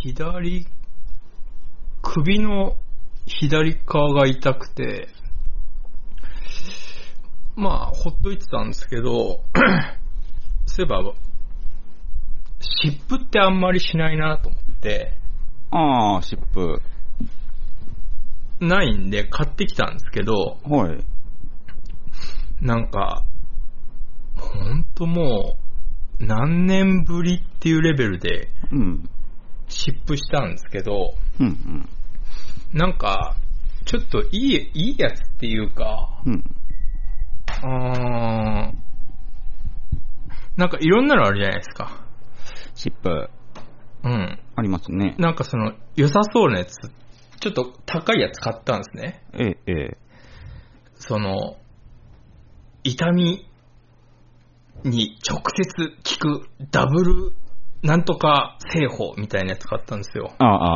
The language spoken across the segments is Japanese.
首の左側が痛くて、まあ、ほっといてたんですけど、そういえば、湿布ってあんまりしないなと思って、 ああ、湿布。 ないんで買ってきたんですけど、 はい。 なんか、ほんともう、何年ぶりっていうレベルで、湿布したんですけど、なんか、ちょっといいやつっていうか、なんかいろんなのあるじゃないですか。 湿布。ありますね。 なんかその、良さそうなやつ、ちょっと高いやつ買ったんですね。その、痛みに直接効くダブルなんとか製法みたいなやつ買ったんですよ。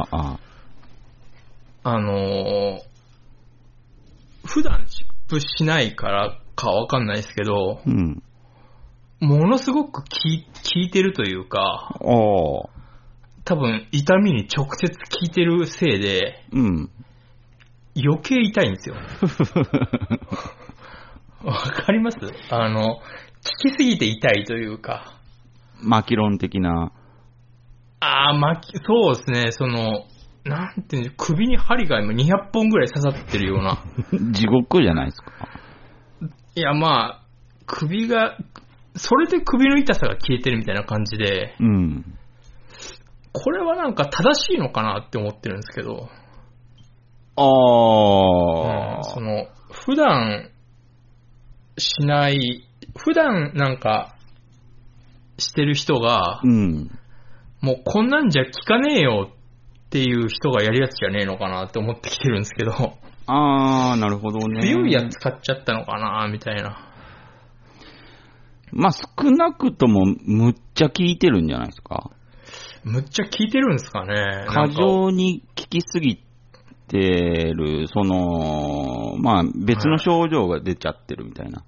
普段湿布しないからかわかんないですけど、ものすごく効いてるというか、多分痛みに直接効いてるせいで、余計痛いんですよ。わかります？効きすぎて痛いというか。 マキロン的な。 そうですね、その、なんていうの、首に針が今200本ぐらい刺さってるような。 地獄じゃないですか。 いや、まあ、それで首の痛さが消えてるみたいな感じで、これはなんか正しいのかなって思ってるんですけど、その、普段なんかしてる人が、もうこんなんじゃ効かねえよっていう人がやるやつじゃねえのかなって思ってきてるんですけど、 なるほどね。 強いやつ使っちゃったのかなみたいな。 まあ、少なくともむっちゃ効いてるんじゃないですか。 むっちゃ効いてるんですかね。 過剰に効きすぎてる、その、まあ別の症状が出ちゃってるみたいな。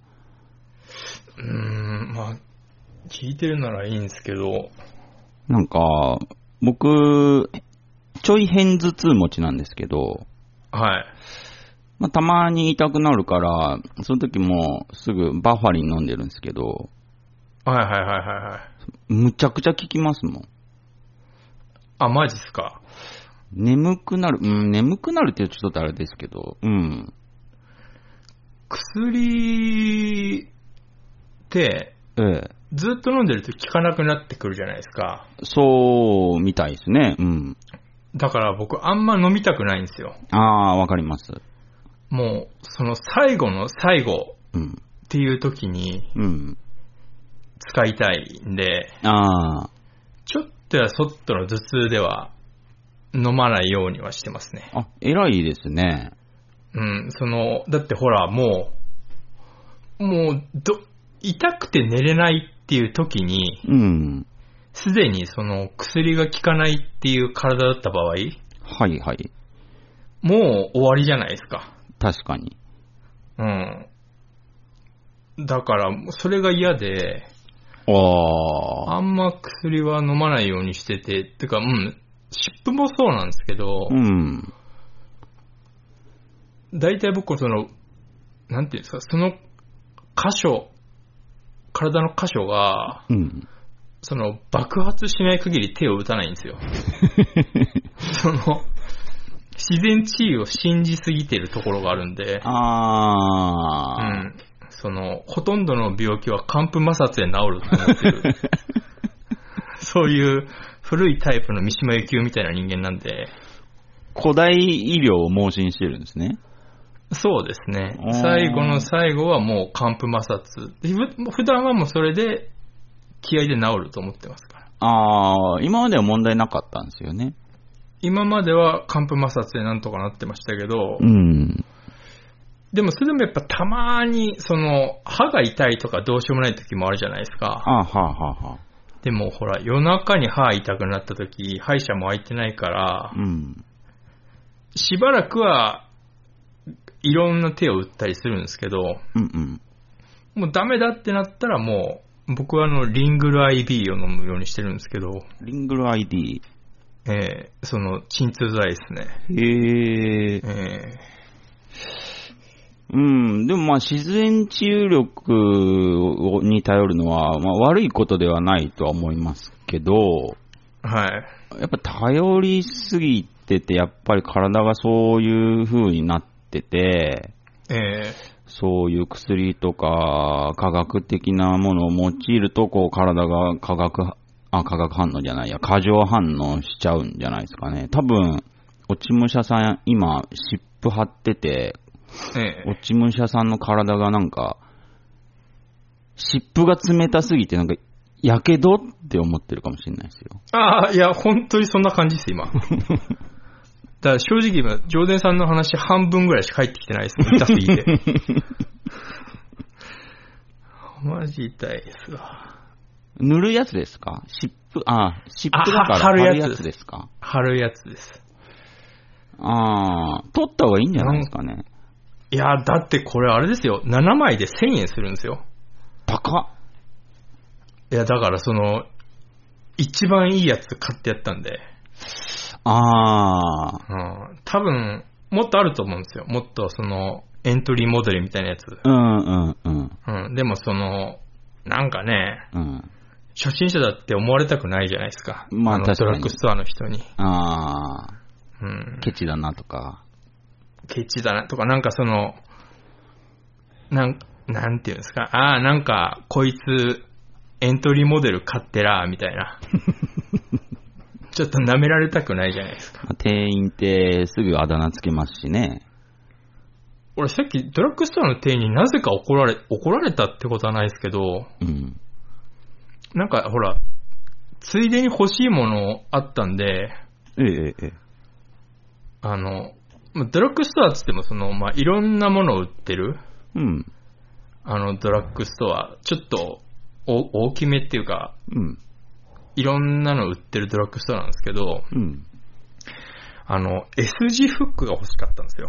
まあ、効いてるならいいんですけど。 なんか、僕、ちょい偏頭痛持ちなんですけど、まあ、たまに痛くなるから、その時もすぐバファリン飲んでるんですけど、むちゃくちゃ効きますもん。 マジっすか。 眠くなるってちょっとあれですけど、 薬って、ずっと飲んでると効かなくなってくるじゃないですか。 そうみたいですね。 だから僕あんま飲みたくないんですよ。 わかります。 もうその最後の最後っていう時に使いたいんで、ちょっとやそっとの頭痛では飲まないようにはしてますね。 偉いですね。 だってほらもう痛くて寝れないっていう時に、すでにその薬が効かないっていう体だった場合、もう終わりじゃないですか。 確かに。 だからそれが嫌で、あんま薬は飲まないようにしてて、てか湿布もそうなんですけど、大体僕そのなんていうんですか、その体の箇所が、その爆発しない限り手を打たないんですよ。その自然治癒を信じすぎてるところがあるんで、そのほとんどの病気は寒風摩擦で治ると思ってる。そういう古いタイプの三島由紀夫みたいな人間なんで、 古代医療を盲信してるんですね。 そうですね。最後の最後はもう寒風摩擦。普段はもうそれで気合で治ると思ってますから。 今までは問題なかったんですよね。 今までは寒風摩擦でなんとかなってましたけど、でもそれでもやっぱたまにその歯が痛いとかどうしようもない時もあるじゃないですか。でもほら夜中に歯痛くなった時、歯医者も開いてないから、しばらくはいろんな手を打ったりするんですけど、もうダメだってなったらもう僕はリングル IB を飲むようにしてるんですけど。 リングル ID？ その鎮痛剤ですね。 でもまあ自然治癒力に頼るのは、まあ悪いことではないとは思いますけど、 はい。 やっぱ頼りすぎてて、やっぱり体がそういう風になってて、そういう薬とか科学的なものを用いると、こう体が化学反応じゃないや、過剰反応しちゃうんじゃないですかね。多分、落ち武者さん、今、湿布貼ってて、落ち武者さんの体がなんか、湿布が冷たすぎて、なんか、やけどって思ってるかもしれないですよ。 いや、本当にそんな感じです、今。だから正直今、上田さんの話半分ぐらいしか返ってきてないです。痛すぎて。マジ痛いですわ。 塗るやつですか？湿布だから貼るやつですか？ 貼るやつです。 取った方がいいんじゃないですかね。 いや、だってこれあれですよ。7枚で1000円するんですよ。 高っ。 いや、だからその、一番いいやつ買ってやったんで。多分、もっとあると思うんですよ。もっとその、エントリーモデルみたいなやつ。でもその、なんかね、初心者だって思われたくないじゃないですか。まあ、ドラッグストアの人に。ケチだなとか。なんかその、なんていうんですか。なんか、こいつ、エントリーモデル買ってら、みたいな。ちょっと舐められたくないじゃないですか。 店員ってすぐあだ名つけますしね。 俺さっきドラッグストアの店員になぜか怒られたってことはないですけど、なんかほら、ついでに欲しいものあったんで、ドラッグストアっつってもその、まあ、いろんなものを売ってる、ドラッグストア、ちょっと大きめっていうか、いろんなの売ってるドラッグストアなんですけど、S 字フックが欲しかったんですよ。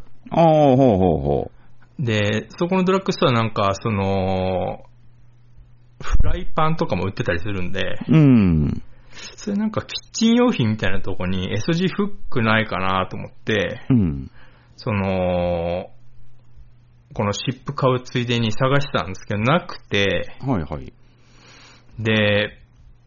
で、そこのドラッグストアなんか、その、フライパンとかも売ってたりするんで、それなんかキッチン用品みたいなとこに S 字フックないかなと思って、その、この湿布買うついでに探してたんですけど、なくて、で、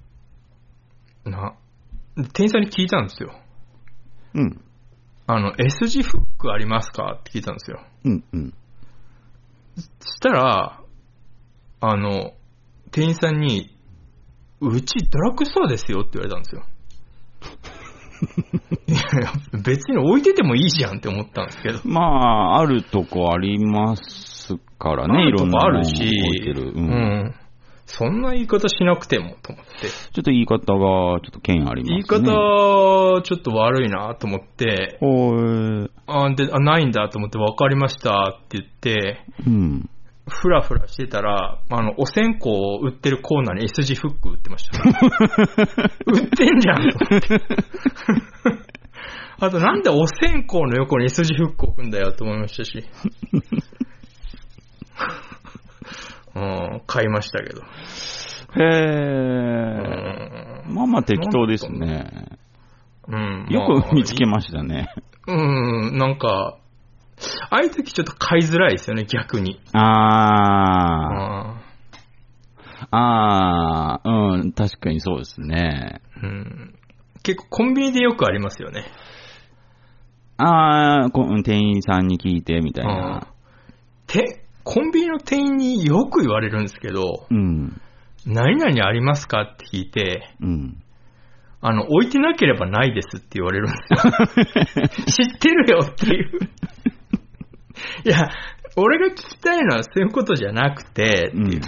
店員さんに聞いたんですよ。S 字フックありますかって聞いたんですよ。そしたら、店員さんに、うちドラッグストアですよって言われたんですよ。いや別に置いててもいいじゃんって思ったんですけど。 まあ、あるとこありますからね、 いろんなの置いてる。そんな言い方しなくてもと思って。 ちょっと言い方がちょっと剣ありますね。 言い方ちょっと悪いなと思って、ないんだと思って分かりましたって言って、ふらふらしてたら、お線香を売ってるコーナーに S 字フック売ってました。売ってんじゃんと思って。あとなんでお線香の横に S 字フック置くんだよと思いましたし。買いましたけど。 まあまあ適当ですね。よく見つけましたね。 なんか、ああいう時ちょっと買いづらいですよね、逆に。 確かにそうですね。 結構コンビニでよくありますよね。 店員さんに聞いてみたいな。 コンビニの店員によく言われるんですけど、何々ありますかって聞いて、置いてなければないですって言われるんですよ。知ってるよっていう。いや、俺が聞きたいのはそういうことじゃなくて、っていう。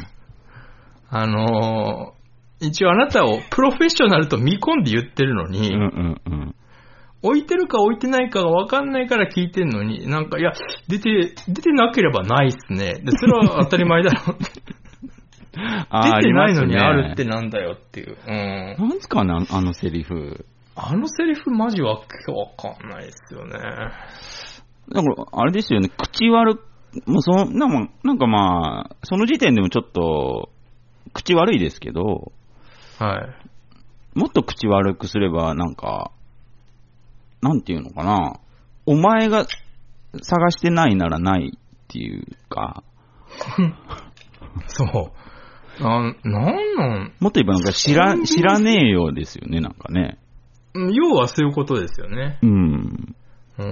一応あなたをプロフェッショナルと見込んで言ってるのに、置いてるか置いてないかが分かんないから聞いてんのに、なんか、いや、出てなければないっすね。で、それは当たり前だろう。出てないのにあるってなんだよっていう。 なんすかね、あのセリフ。 あのセリフマジわかんないですよね。 だから、あれですよね、口悪、なんかまあ、その時点でもちょっと、口悪いですけど、 もっと口悪くすれば、なんていうのかな。お前が探してないならないっていうか。 そう。なんもっと言えばなんか知らねえようですよね、なんかね。 要はそういうことですよね。あ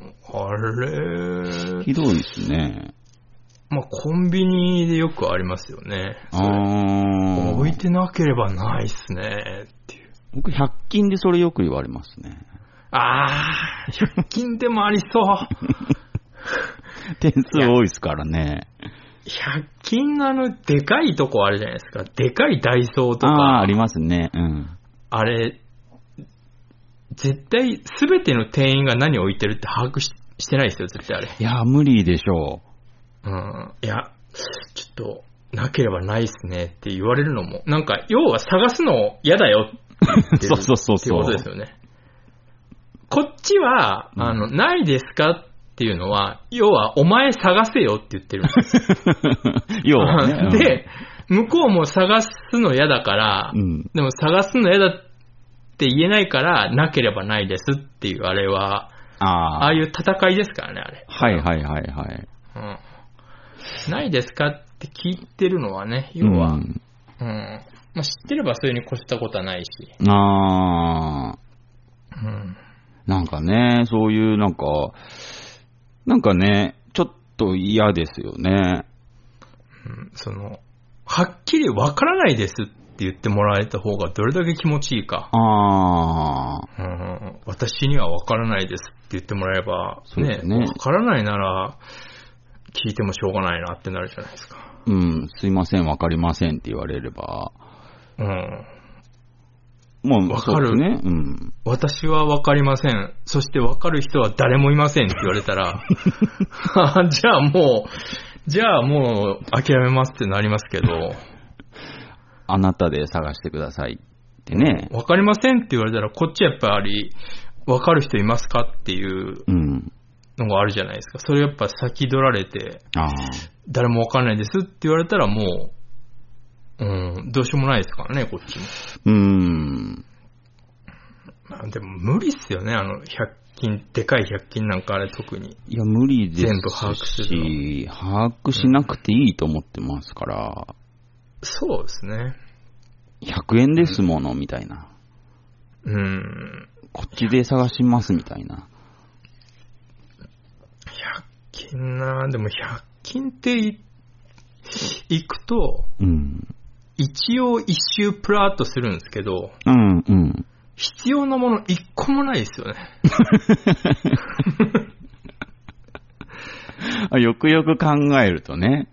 れ。 ひどいですね。 まあ、コンビニでよくありますよね。置いてなければないっすね、っていう。 僕、100均でそれよく言われますね。 100均でもありそう。 点数多いっすからね。 100均のでかいとこあるじゃないですか。でかいダイソーとか。 ありますね。 あれ、絶対全ての店員が何を置いてるって把握してないですよ、絶対あれ。 いや、無理でしょう。 いや、ちょっと、なければないっすねって言われるのも、なんか、要は探すの嫌だよっていうことですよね。こっちは、ないですかっていうのは、要は、お前探せよって言ってるんです。 要はね。 で、向こうも探すの嫌だから、でも探すの嫌だって言えないから、なければないですっていう、あれは、ああいう戦いですからね、あれ。 はい。 ないですかって聞いてるのはね、要は、まあ、知ってればそれに越したことはないし。 なんかね、そういうなんかね、ちょっと嫌ですよね。 はっきりわからないですって言ってもらえた方がどれだけ気持ちいいか。私にはわからないですって言ってもらえば、ね、わからないなら、聞いてもしょうがないなってなるじゃないですか。 すいません、わかりませんって言われれば。 もうわかるね。私はわかりません。そしてわかる人は誰もいませんって言われたら、じゃあもう諦めますってなりますけど。 あなたで探してくださいってね。 わかりませんって言われたら、こっちやっぱり、わかる人いますかっていうのがあるじゃないですか。それやっぱ先取られて、誰もわかんないですって言われたらもう、どうしようもないですからね、こっちも。でも無理っすよね、100均、でかい100均なんかあれ特に。 いや、無理ですし、 全部把握するの。 把握しなくていいと思ってますから。 そうですね。 100円ですもの、みたいな。こっちで探します、みたいな。 100均な、でも100均って行くと、一応一周プラーっとするんですけど、必要なもの一個もないですよね。 よくよく考えるとね。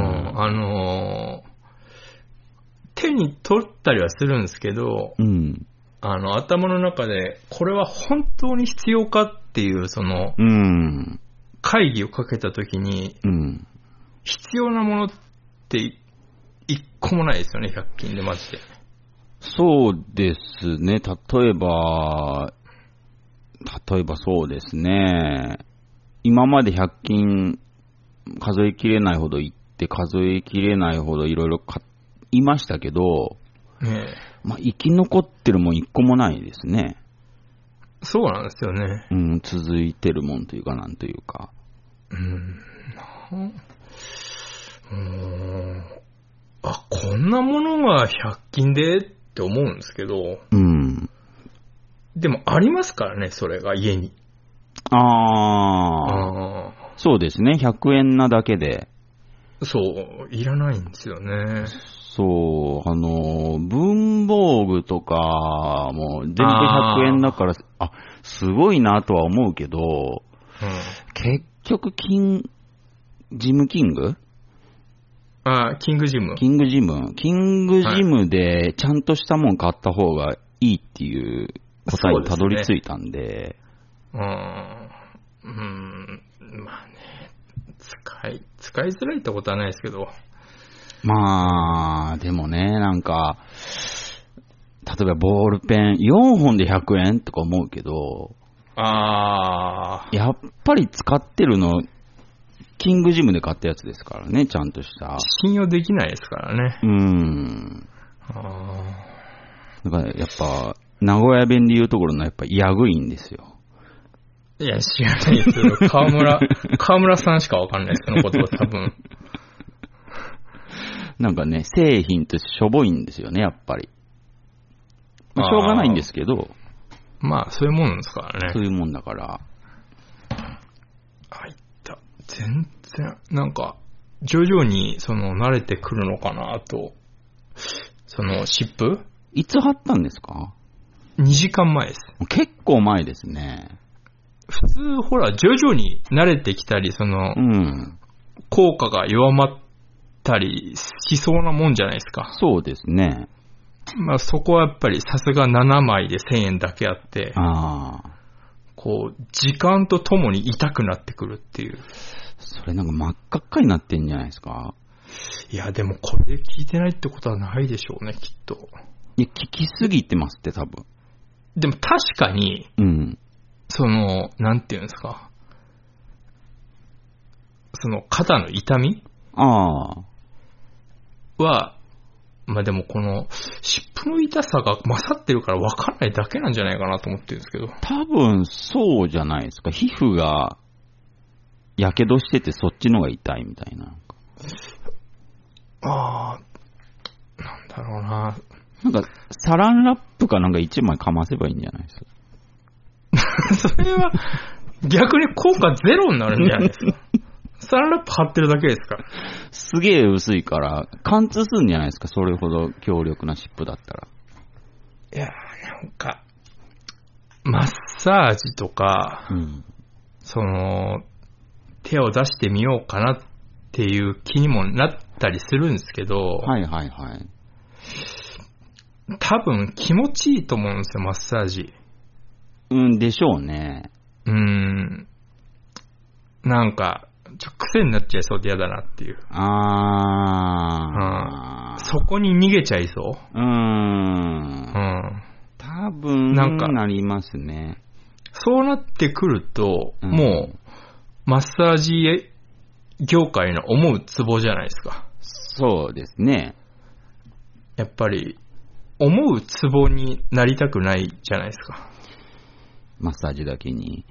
手に取ったりはするんですけど、頭の中でこれは本当に必要かっていう会議をかけたときに、必要なものって一個もないですよね、100均でマジで。 そうですね。例えばそうですね。今まで100均数えきれないほど行って数えきれないほどいろいろ買いましたけど、まあ、生き残ってるもん一個もないですね。 そうなんですよね。 続いてるもんというかなんというか。 こんなものが100均でって思うんですけど、でもありますからね、それが家に。 そうですね、100円なだけで。 そう、いらないんですよね。 そう、文房具とかも全部100円だから、すごいなとは思うけど、結局ジムキングキングジムでちゃんとしたもん買った方がいいっていう答えにたどり着いたんで。 まあね、使いづらいってことはないですけど。 まあ、でもね、なんか、例えばボールペン4本で100円とか思うけど、やっぱり使ってるの、キングジムで買ったやつですからね、ちゃんとした。 信用できないですからね。 だからやっぱ、名古屋弁で言うところのやっぱ、ヤグいんですよ。 いや、知らないですよ。河村さんしかわかんないです、その言葉多分。 なんかね、製品としてしょぼいんですよね、やっぱり。まあ、しょうがないんですけど。 まあ、そういうもんですからね。 そういうもんだから。 あ、いった。全然、なんか、徐々に、慣れてくるのかなと。湿布？ いつ貼ったんですか？ 2 時間前です。 結構前ですね。 普通、ほら、徐々に慣れてきたり、効果が弱まったりしそうなもんじゃないですか。 そうですね。 まあ、そこはやっぱりさすが7枚で1000円だけあって、時間とともに痛くなってくるっていう。 それなんか真っ赤っかになってんじゃないですか？ いや、でもこれで効いてないってことはないでしょうね、きっと。 いや、効きすぎてますって、多分。 でも確かに、なんていうんですか。肩の痛みは、まあでも湿布の痛さが勝ってるから分かんないだけなんじゃないかなと思ってるんですけど。 多分そうじゃないですか。皮膚が、やけどしててそっちのが痛いみたいな。 なんだろうな。 なんか、サランラップかなんか1枚かませばいいんじゃないですか。 それは、逆に効果ゼロになるんじゃないですか。サランラップ貼ってるだけですから。 すげえ薄いから、貫通するんじゃないですか、それほど強力な湿布だったら。 いやー、なんか、マッサージとか、手を出してみようかなっていう気にもなったりするんですけど、多分気持ちいいと思うんですよ、マッサージ。 でしょうね。 なんか、癖になっちゃいそうで嫌だなっていう。そこに逃げちゃいそう。 多分、なりますね。 そうなってくると、もう、マッサージ業界の思うツボじゃないですか。 そうですね。 やっぱり、思うツボになりたくないじゃないですか。 マッサージだけに。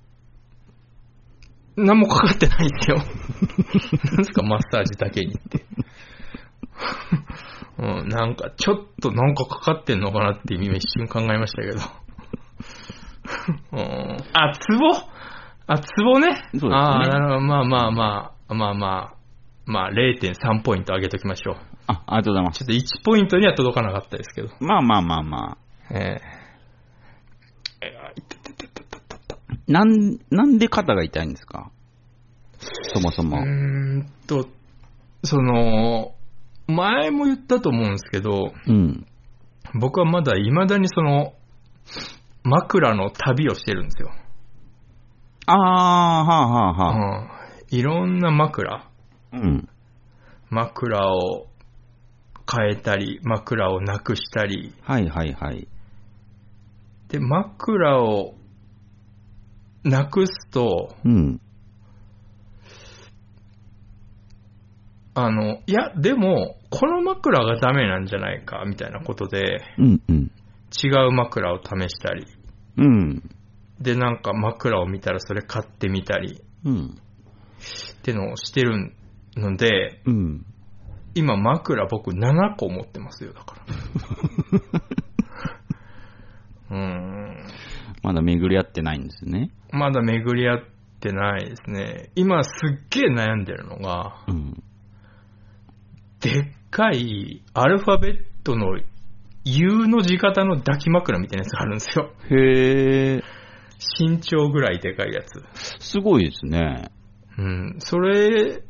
何もかかってないですよ。何ですか、マッサージだけにって。なんか、ちょっとなんかかかってんのかなって今一瞬考えましたけど。ツボね。そうですね。なるほど。まあ、0.3 ポイント上げときましょう。 ありがとうございます。 ちょっと1ポイントには届かなかったですけど。 まあ。なんで肩が痛いんですか？そもそも。 前も言ったと思うんですけど、僕はまだ未だに枕の旅をしてるんですよ。いろんな枕。枕を変えたり、枕をなくしたり。で、枕をなくすと、いや、でも、この枕がダメなんじゃないか、みたいなことで、違う枕を試したり、で、なんか枕を見たらそれ買ってみたり、ってのをしてるので、今枕僕7個持ってますよ、だから。 まだ巡り合ってないんですね。 まだ巡り合ってないですね。今すっげえ悩んでるのが、でっかいアルファベットの U の字型の抱き枕みたいなやつがあるんですよ。 へー。 身長ぐらいでかいやつ。 すごいですね。 それ、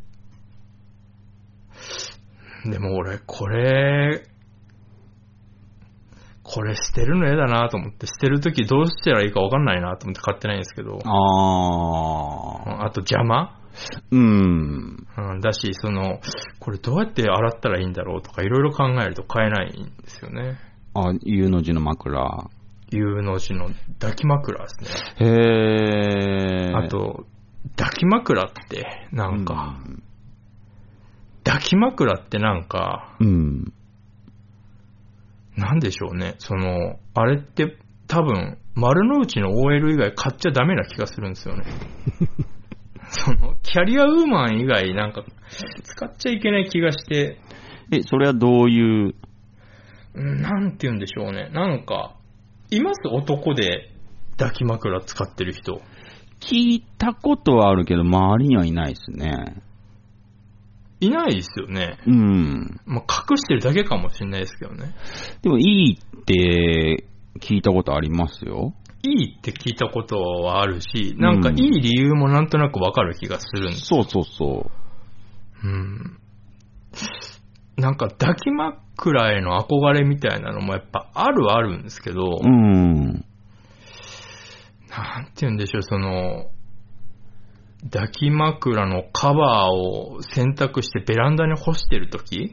でも俺、これ捨てるの嫌だなと思って、捨てるときどうしたらいいか分かんないなと思って買ってないんですけど。あと邪魔？だし、これどうやって洗ったらいいんだろうとかいろいろ考えると買えないんですよね。 U の字の枕。 U の字の抱き枕ですね。へー。 あと、抱き枕ってなんか、抱き枕ってなんか、 なんでしょうね。あれって多分、丸の内の OL 以外買っちゃダメな気がするんですよね。キャリアウーマン以外なんか使っちゃいけない気がして。 それはどういう？ なんて言うんでしょうね。なんか、います？男で抱き枕使ってる人。 聞いたことはあるけど、周りにはいないですね。 いないですよね。 うん。 まあ、隠してるだけかもしれないですけどね。 でも、いいって聞いたことありますよ。 いいって聞いたことはあるし、なんかいい理由もなんとなくわかる気がするんですよ。 そう。 なんか抱き枕への憧れみたいなのもやっぱあるんですけど、なんて言うんでしょう、抱き枕のカバーを洗濯してベランダに干してるとき、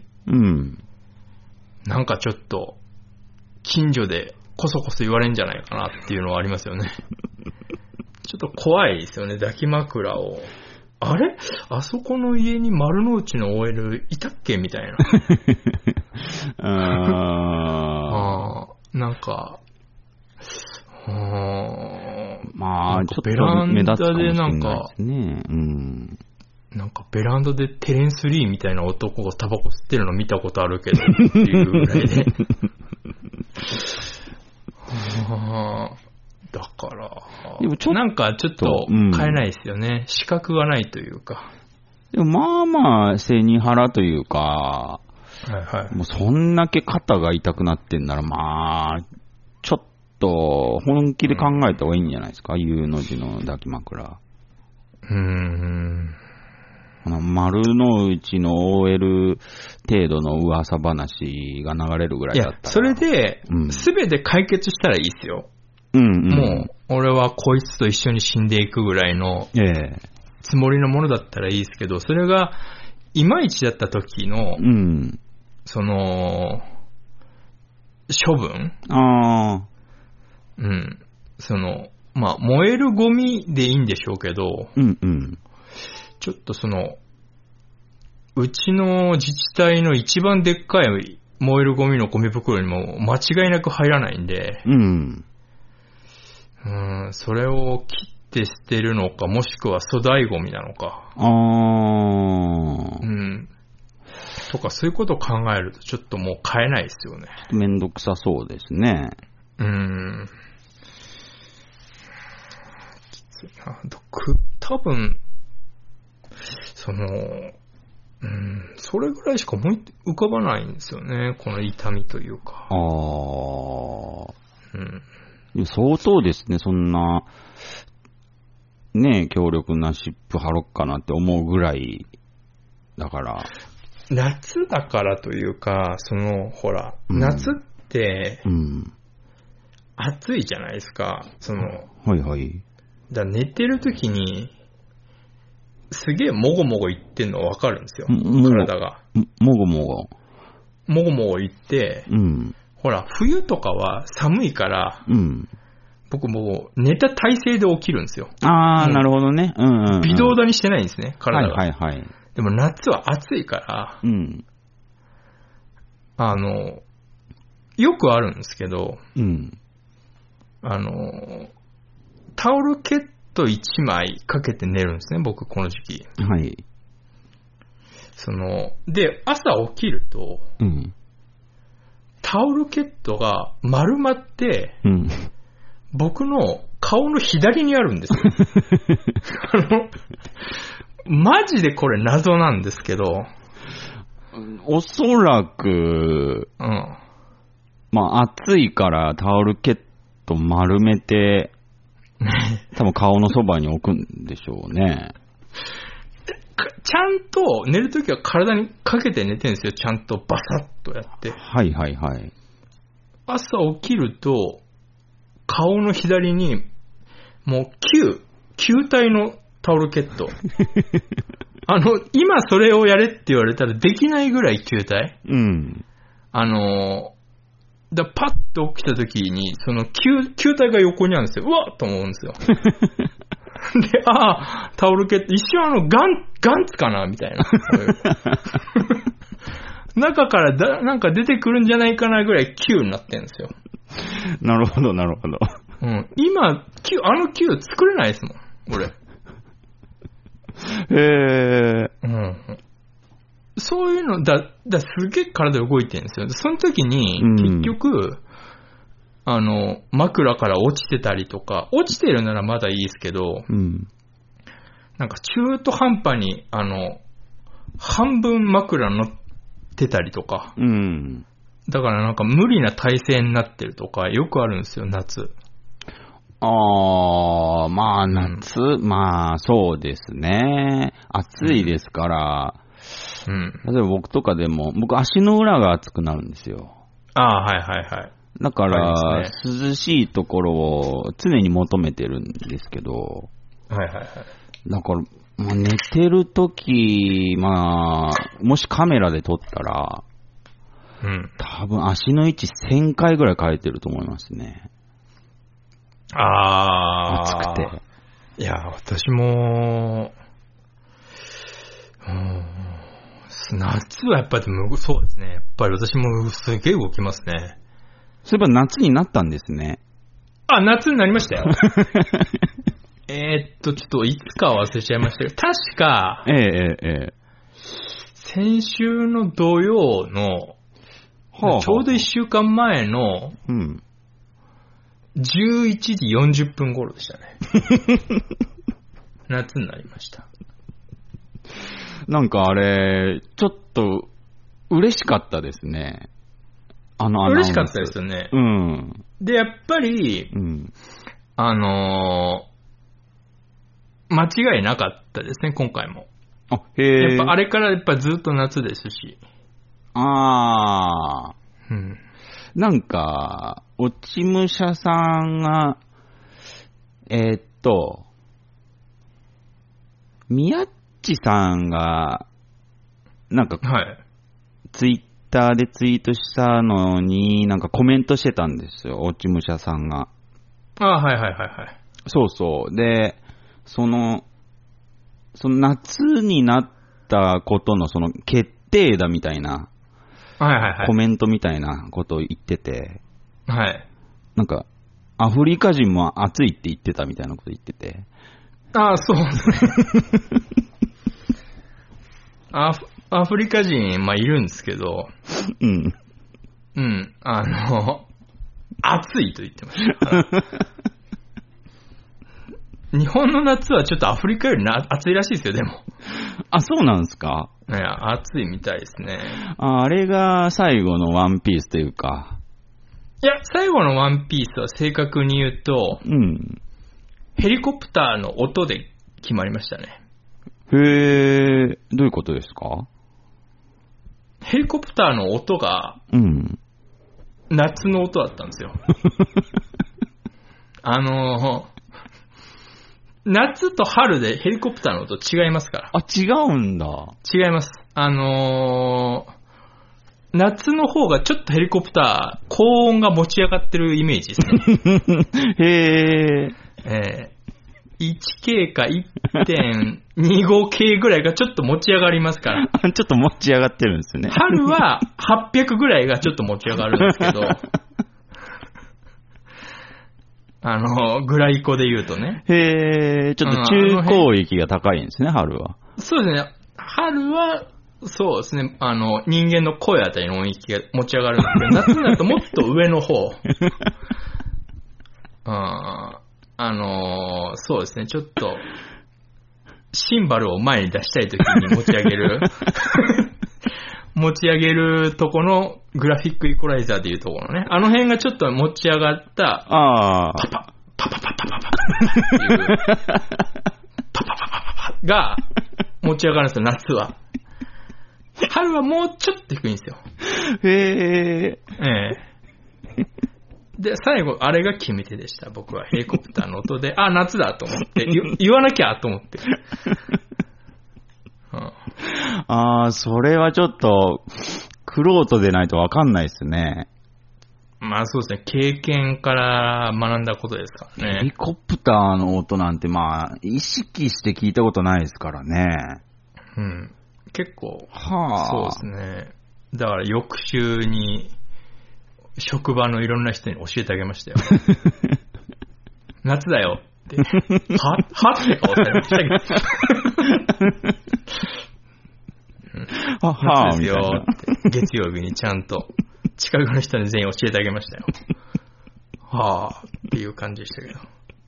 なんかちょっと近所でコソコソ言われんじゃないかなっていうのはありますよね。ちょっと怖いですよね、抱き枕を。あれ？あそこの家に丸の内の OL いたっけみたいな。なんか、 まあ、ちょっとベランダでなんかベランダでテレンス・リーみたいな男がタバコ吸ってるの見たことあるけどっていうぐらいで。だから、なんかちょっと買えないですよね。資格がないというか。 でもまあ、背に腹というか、もうそんだけ肩が痛くなってんなら、まあ、ちょっと本気で考えた方がいいんじゃないですか、U の字の抱き枕。丸の内の OL 程度の噂話が流れるぐらいだったら。いや、 それで、すべて解決したらいいですよ。もう、俺はこいつと一緒に死んでいくぐらいのつもりのものだったらいいですけど、それがいまいちだった時の、処分？まあ、燃えるゴミでいいんでしょうけど、ちょっとうちの自治体の一番でっかい燃えるゴミのゴミ袋にも間違いなく入らないんで、それを切って捨てるのか、もしくは粗大ゴミなのか。とか、そういうことを考えると、ちょっともう買えないですよね。 めんどくさそうですね。 きついな。多分、それぐらいしか思い浮かばないんですよね。この痛みというか。 相当ですね、そんな、ね、強力な湿布貼ろっかなって思うぐらい、だから。 夏だからというか、ほら、夏って、暑いじゃないですか。だ寝てる時に、すげえもごもご言ってんの分かるんですよ。体が。 もごもご。 もごもご言って、ほら、冬とかは寒いから、僕もう寝た体勢で起きるんですよ。 なるほどね。 微動だにしてないんですね、体が。 はい。 でも夏は暑いから、よくあるんですけど、タオルケット1枚かけて寝るんですね、僕この時期。で、朝起きると、タオルケットが丸まって、僕の顔の左にあるんですよ。マジでこれ謎なんですけど。 おそらく、まあ暑いからタオルケット丸めて、多分顔のそばに置くんでしょうね。 ちゃんと寝るときは体にかけて寝てるんですよ。ちゃんとバサッとやって。朝起きると、顔の左に、もう球体のタオルケット。今それをやれって言われたらできないぐらい球体。パッと起きた時に、球体が横にあるんですよ。うわっと思うんですよ。で、タオルケット、一瞬ガンツかなみたいな。 中からなんか出てくるんじゃないかなぐらい Q になってるんですよ。 なるほど、なるほど。 うん。今、Q 作れないですもん、俺。うん。そういうの、すげえ体動いてるんですよ。その時に、結局、枕から落ちてたりとか、落ちてるならまだいいですけど、なんか中途半端に、半分枕乗ってたりとか、だからなんか無理な体勢になってるとか、よくあるんですよ、夏。 まあ夏、まあそうですね。暑いですから、例えば僕とかでも、僕足の裏が熱くなるんですよ。 はいはいはい。 だから、涼しいところを常に求めてるんですけど、 はいはいはい。 だから、まあ、寝てるとき、まあ、もしカメラで撮ったら、多分足の位置1000回ぐらい変えてると思いますね。暑くて。 いや、私も、夏はやっぱりそうですね。やっぱり私もすげえ動きますね。 そういえば夏になったんですね。 夏になりましたよ。ちょっといつか忘れちゃいましたけど、確か、先週の土曜の、ちょうど1週間前の、11時40分頃でしたね。夏になりました。 なんかあれ、ちょっと嬉しかったですね。 嬉しかったですよね。で、やっぱり、間違いなかったですね、今回も。やっぱあれからやっぱずっと夏ですし。 なんか、落ち武者さんが、宮っちさんが、なんか、ツイッターでツイートしたのに、なんかコメントしてたんですよ、落ち武者さんが。 はいはいはいはい。 そうそう。で、その夏になったことのその決定だみたいな、コメントみたいなことを言ってて、なんか、アフリカ人も暑いって言ってたみたいなこと言ってて。 そうですね。アフリカ人、まあ、いるんですけど、暑いと言ってました。日本の夏はちょっとアフリカより暑いらしいですよ、でも。 そうなんですか？ いや、暑いみたいですね。 あれが最後のワンピースというか。 いや、最後のワンピースは正確に言うと、ヘリコプターの音で決まりましたね。 どういうことですか？ ヘリコプターの音が、夏の音だったんですよ。夏と春でヘリコプターの音違いますから。 違うんだ。 違います。夏の方がちょっとヘリコプター、高音が持ち上がってるイメージですね。1K か 1.25K ぐらいがちょっと持ち上がりますから。 ちょっと持ち上がってるんですよね。 春は800ぐらいがちょっと持ち上がるんですけど、グライコで言うとね。 ちょっと中高域が高いんですね、春は。 そうですね。春は、そうですね。人間の声あたりの音域が持ち上がるんですけど、夏になるともっと上の方。そうですね。ちょっと、シンバルを前に出したいときに持ち上げる。持ち上げるとこのグラフィックイコライザーでいうところのね。あの辺がちょっと持ち上がった、パパっていう、パパが持ち上がるんですよ、夏は。春はもうちょっと低いんですよ。で、最後、あれが決め手でした。僕はヘリコプターの音で、夏だと思って、言わなきゃと思って。 それはちょっと、玄人でないと分かんないですね。 まあそうですね。経験から学んだことですからね。 ヘリコプターの音なんて、まあ、意識して聞いたことないですからね。 結構、そうですね。 だから翌週に職場のいろんな人に教えてあげましたよ。夏だよって。はって顔されましたけど。夏ですよって。月曜日にちゃんと近くの人に全員教えてあげましたよ。はぁっていう感じでしたけど。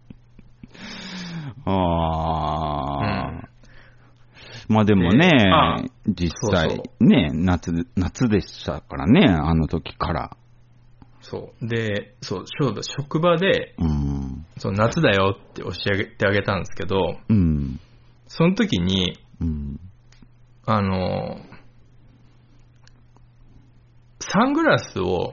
まあでもね、実際ね、夏でしたからね、あの時から。 そう。で、そう、職場で、そう夏だよって教えてあげたんですけど、その時に、サングラスを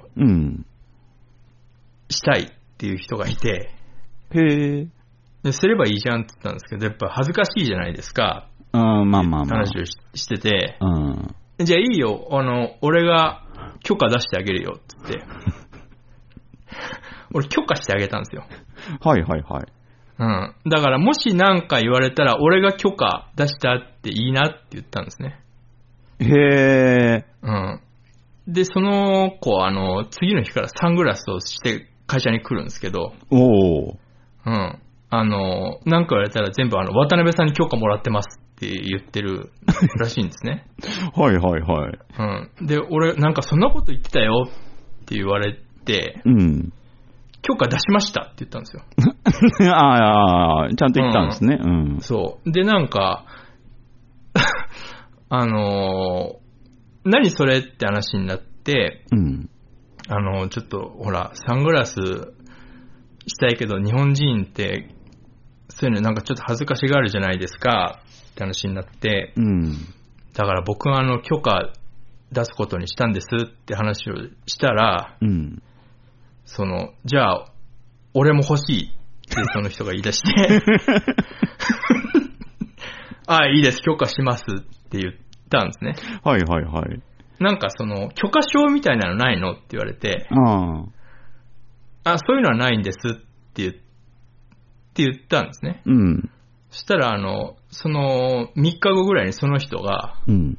したいっていう人がいて、すればいいじゃんって言ったんですけど、やっぱ恥ずかしいじゃないですか。話をしてて、じゃあいいよ、俺が許可出してあげるよって言って、俺許可してあげたんですよ。 はいはいはい。 だからもし何か言われたら、俺が許可出したっていいなって言ったんですね。で、その子、次の日からサングラスをして会社に来るんですけど、なんか言われたら全部渡辺さんに許可もらってますって言ってるらしいんですね。 はいはいはい。 で、俺、なんかそんなこと言ってたよって言われて、許可出しましたって言ったんですよ。 ちゃんと言ったんですね。 そう。で、なんか、何それって話になって、ちょっと、ほら、サングラスしたいけど、日本人って、そういうのなんかちょっと恥ずかしがるじゃないですかって話になって、だから僕は許可出すことにしたんですって話をしたら、じゃあ、俺も欲しいってその人が言い出して、いいです、許可しますって言ったんですね。 はいはいはい。 なんか許可証みたいなのないのって言われて、そういうのはないんですって言ったんですね。そしたら、その3日後ぐらいにその人が、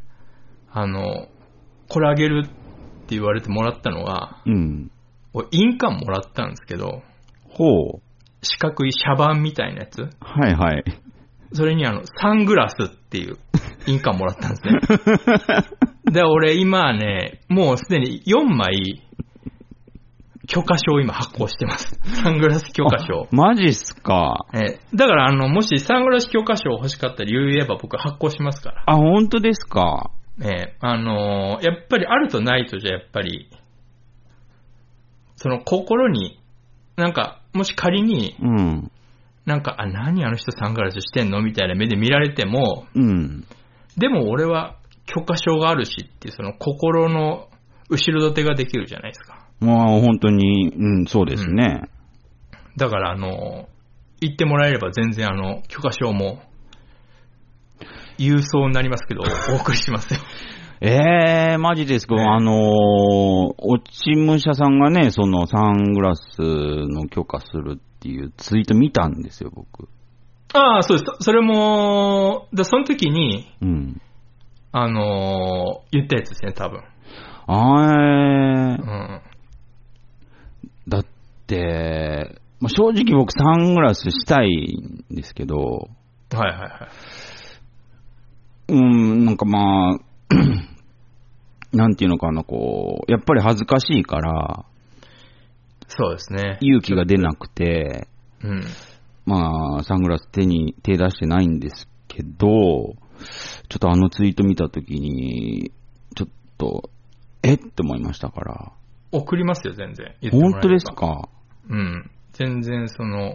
これあげるって言われてもらったのが、印鑑もらったんですけど、四角いシャバンみたいなやつ。 はいはい。 それにサングラスっていう印鑑もらったんですね。で、俺今ね、もうすでに4枚、許可証を今発行してます。サングラス許可証。 マジっすか。 だからもしサングラス許可証欲しかったら言えば僕発行しますから。 本当ですか。 やっぱりあるとないとじゃやっぱり、その心に、なんか、もし仮に、なんか、何あの人サングラスしてんのみたいな目で見られても、でも俺は許可証があるしっていう、その心の後ろ盾ができるじゃないですか。 本当に、そうですね。 だから、言ってもらえれば全然許可証も、郵送になりますけど、お送りしますよ。 マジですか。落ち武者さんがね、そのサングラスの許可するっていうツイート見たんですよ、僕。 そうです。それも、その時に、言ったやつですね、多分。 だって、正直僕サングラスしたいんですけど、なんかなんていうのかな、やっぱり恥ずかしいから、 そうですね。 勇気が出なくて、サングラス手出してないんですけど、ちょっとツイート見たときに、ちょっと、って思いましたから。 送りますよ、全然。 本当ですか？ 全然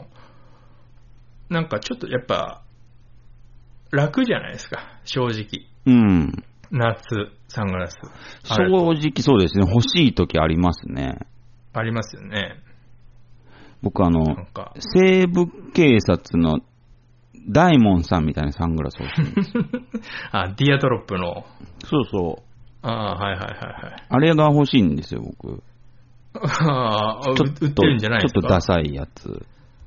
なんかちょっとやっぱ、楽じゃないですか、正直。夏、サングラス。 正直そうですね。欲しい時ありますね。 ありますよね。 僕西部警察の大門さんみたいなサングラス欲しいんですよ。 ディアドロップの。 そうそう。 あれが欲しいんですよ、僕。 売ってるんじゃないですか。 ちょっとダサいやつ。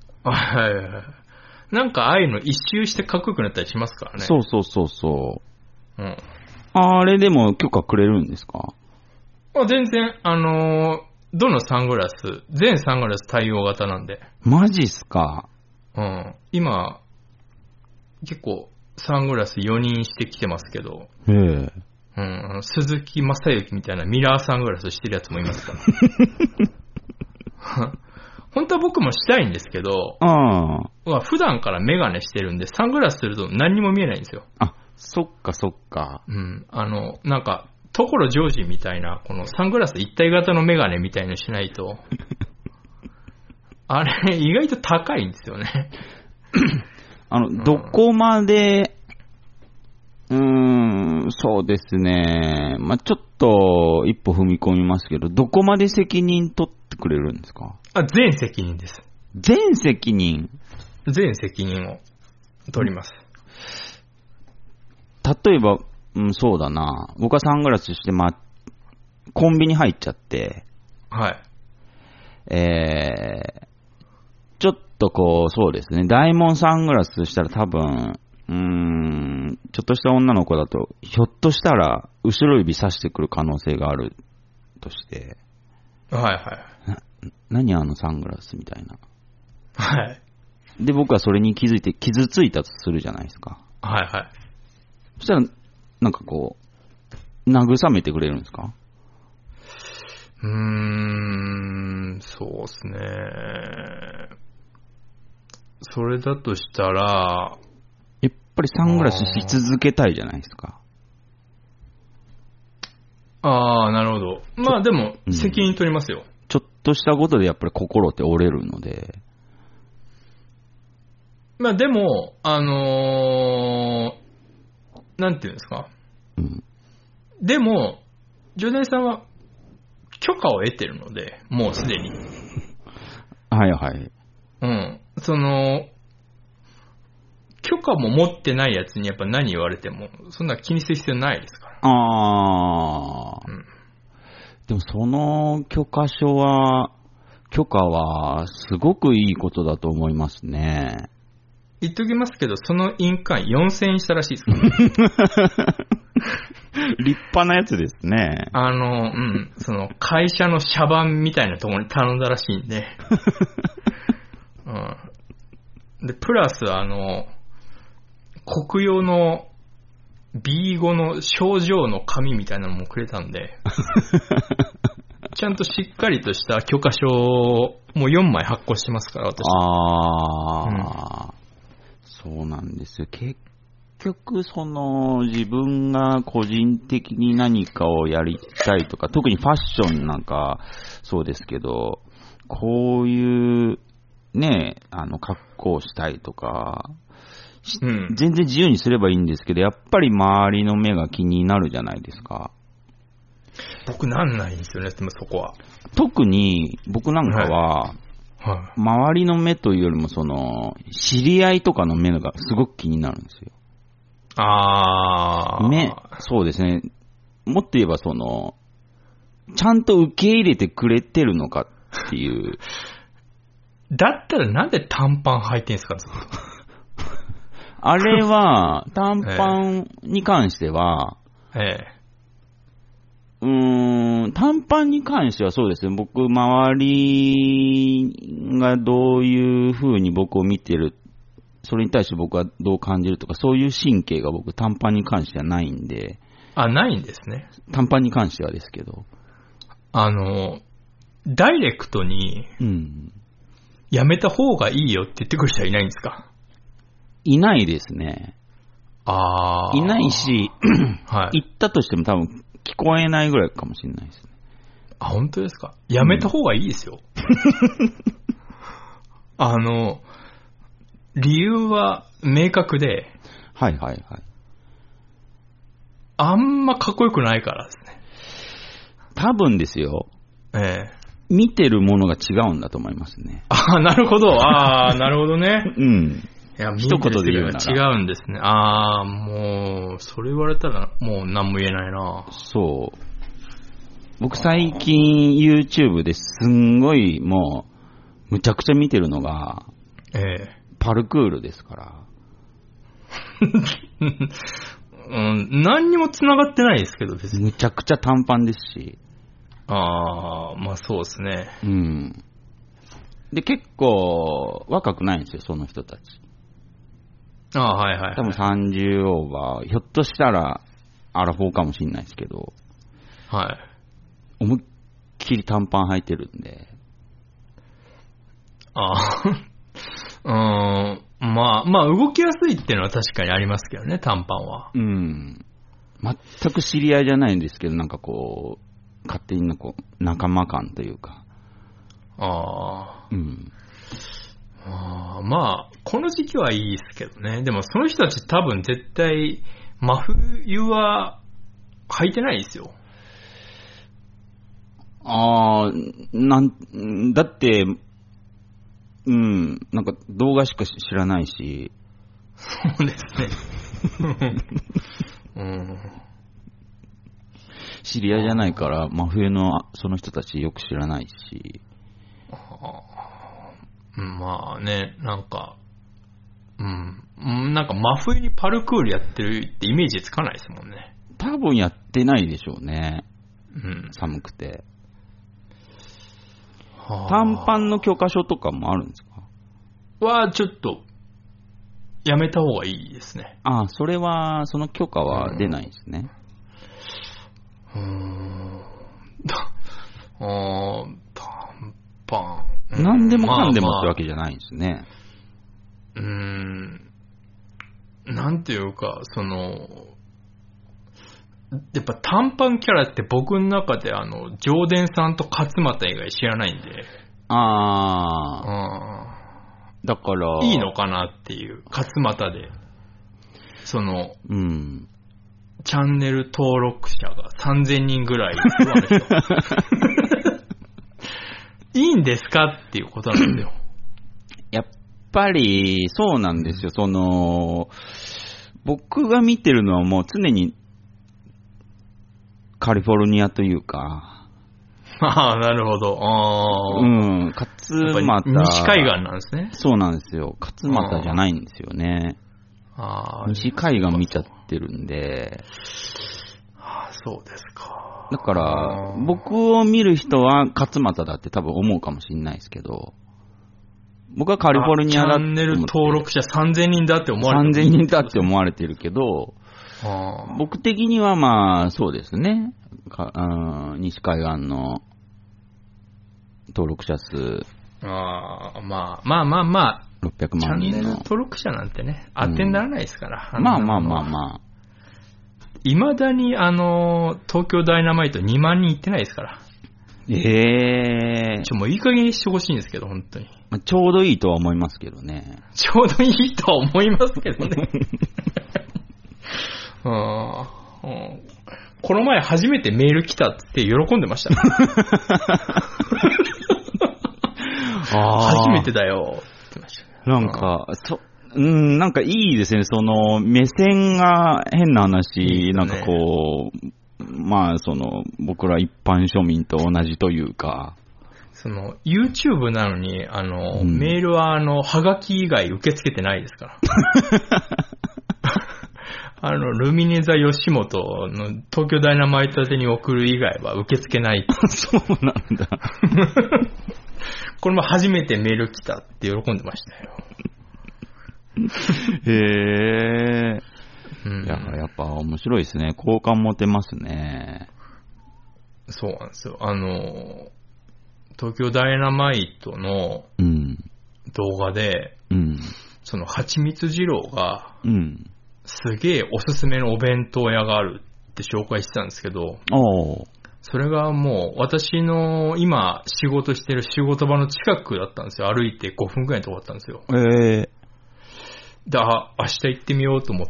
なんかああいうの一周してかっこよくなったりしますからね。 そう。あれでも許可くれるんですか？ 全然、どのサングラス、全サングラス対応型なんで。 マジっすか？ うん。今、結構、サングラス4人してきてますけど。 へえ。 うん。鈴木正幸みたいなミラーサングラスしてるやつもいますから。本当は僕もしたいんですけど、普段からメガネしてるんで、サングラスすると何にも見えないんですよ。 あ、そっかそっか。 うん。なんか、所ジョージみたいな、このサングラス一体型のメガネみたいのしないと、あれ、意外と高いんですよね。 どこまで、そうですね。まあ、ちょっと一歩踏み込みますけど、どこまで責任取ってくれるんですか？ 全責任です。 全責任を取ります。 例えば、そうだな。僕はサングラスして、コンビニ入っちゃって、 はい。 ちょっとそうですね。ダイモンサングラスしたら多分、ちょっとした女の子だと、ひょっとしたら、後ろ指さしてくる可能性があるとして。 はいはい。 何あのサングラスみたいな。 はい。 で、僕はそれに気づいて傷ついたとするじゃないですか。 はいはい。 そしたら、なんか慰めてくれるんですか？ そうですね。それだとしたら、 やっぱりサングラスし続けたいじゃないですか。 なるほど。まあでも、責任取りますよ。 ちょっとしたことでやっぱり心って折れるので。 まあでも、なんていうんですか。でも、ジョネさんは許可を得てるので、もうすでに。 はいはい。 許可も持ってないやつにやっぱ何言われても、そんな気にする必要ないですから。 でもその許可はすごくいいことだと思いますね。 言っときますけど、その印鑑4000円したらしいですから、ね。 立派なやつですね。 その会社の社番みたいなところに頼んだらしいんで。で、プラス国用の B5 の症状の紙みたいなのもくれたんで、ちゃんとしっかりとした許可証をもう4枚発行してますから、私。 そうなんですよ。結局、自分が個人的に何かをやりたいとか、特にファッションなんかそうですけど、こういうね、格好したいとか、全然自由にすればいいんですけど、やっぱり周りの目が気になるじゃないですか。 僕なんないんですよね、でもそこは。 特に僕なんかは、周りの目というよりも知り合いとかの目がすごく気になるんですよ。そうですね。もっと言えばちゃんと受け入れてくれてるのかっていう。 だったらなんで短パン履いてんすか？ あれは、短パンに関しては、短パンに関してはそうですね。僕、周りがどういう風に僕を見てる、それに対して僕はどう感じるとか、そういう神経が僕、短パンに関してはないんで。 ないんですね。 短パンに関してはですけど。 ダイレクトに、やめた方がいいよって言ってくる人はいないんですか？ いないですね。いないし、言ったとしても多分聞こえないぐらいかもしれないですね。 本当ですか？やめた方がいいですよ。理由は明確で、あんまかっこよくないからですね。 多分ですよ。見てるものが違うんだと思いますね。 なるほど。なるほどね。いや、 一言で言うなら違うんですね。もう、それ言われたらもう何も言えないな。 そう。僕最近 YouTube ですんごいもう、むちゃくちゃ見てるのが、パルクールですから。 何にも繋がってないですけど、別に。 むちゃくちゃ短パンですし。 ああ、まあそうですね。 うん。で、結構若くないんですよ、その人たち。 ああ、はいはい、はい。 多分30オーバー、ひょっとしたらアラフォーかもしれないですけど、 はい。 思いっきり短パン履いてるんで。 ああ、まあ動きやすいっていうのは確かにありますけどね、短パンは。 うん。全く知り合いじゃないんですけど、なんかこう、勝手にこう仲間感というか。 ああ。 うん。 まあ、この時期はいいですけどね。でもその人たち多分絶対、真冬は履いてないですよ。 だって、なんか動画しか知らないし。 そうですね。 知り合いじゃないから、真冬のその人たちよく知らないし。 まあね、なんか真冬にパルクールやってるってイメージつかないですもんね。 多分やってないでしょうね。寒くて。短パンの許可書とかもあるんですか？ は、ちょっと、やめた方がいいですね。 それは、その許可は出ないですね。 短パン。 何でもかんでもってわけじゃないんですね。 なんていうか、やっぱ短パンキャラって僕の中で上田さんと勝俣以外知らないんで。 だから。 いいのかなっていう、勝俣で。チャンネル登録者が3000人ぐらいいる人。いいんですかっていうことなんですよ。 やっぱり、そうなんですよ。僕が見てるのはもう常に、カリフォルニアというか。 なるほど。 勝俣。 西海岸なんですね。 そうなんですよ。勝俣じゃないんですよね。西海岸見ちゃってるんで。 そうですか。 だから、僕を見る人は勝俣だって多分思うかもしれないですけど、僕はカリフォルニアだって。 チャンネル登録者3000人だって思われてる。 3000人だって思われてるけど、僕的にはまあ、そうですね。西海岸の登録者数。 まあ。 600万人の。 チャンネル登録者なんてね、当てにならないですから。 まあ。 未だに東京ダイナマイト2万人いってないですから。もういい加減にしてほしいんですけど、本当に。 ちょうどいいとは思いますけどね。 ちょうどいいとは思いますけどね。この前初めてメール来たって喜んでました。初めてだよって言ってました。 なんかいいですね。目線が変な話、なんかこう、僕ら一般庶民と同じというか。 YouTube なのに、メールははがき以外受け付けてないですから。ルミネ座吉本の東京ダイナマイト宛てに送る以外は受け付けない。 そうなんだ。 これも初めてメール来たって喜んでましたよ。 やっぱ面白いですね。好感持てますね。 そうなんですよ。東京ダイナマイトの動画で、はちみつ二郎が、すげえおすすめのお弁当屋があるって紹介してたんですけど、それがもう私の今仕事してる仕事場の近くだったんですよ。歩いて5分くらいのとこだったんですよ。明日行ってみようと思って、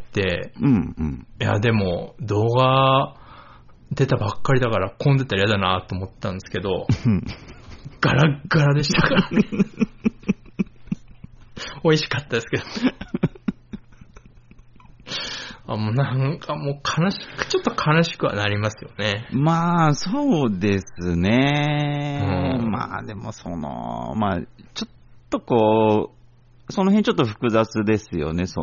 いやでも動画出たばっかりだから混んでたら嫌だなと思ったんですけど、ガラッガラでしたからね。美味しかったですけど。もうなんかもうちょっと悲しくはなりますよね。 まあ、そうですね。まあでもちょっとこう、その辺ちょっと複雑ですよね。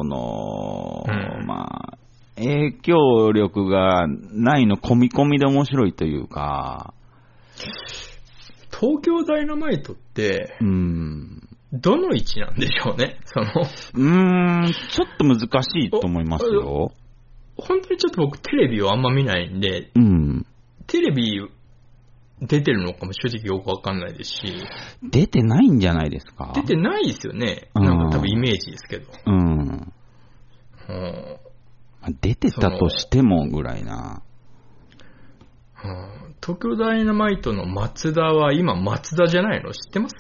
影響力がないの込み込みで面白いというか。 東京ダイナマイトって、どの位置なんでしょうね、ちょっと難しいと思いますよ。 本当にちょっと僕テレビをあんま見ないんで、テレビ出てるのかも正直よくわかんないですし。 出てないんじゃないですか？ 出てないですよね。なんか多分イメージですけど。 出てたとしてもぐらいな。 東京ダイナマイトの松田は今松田じゃないの？知ってます？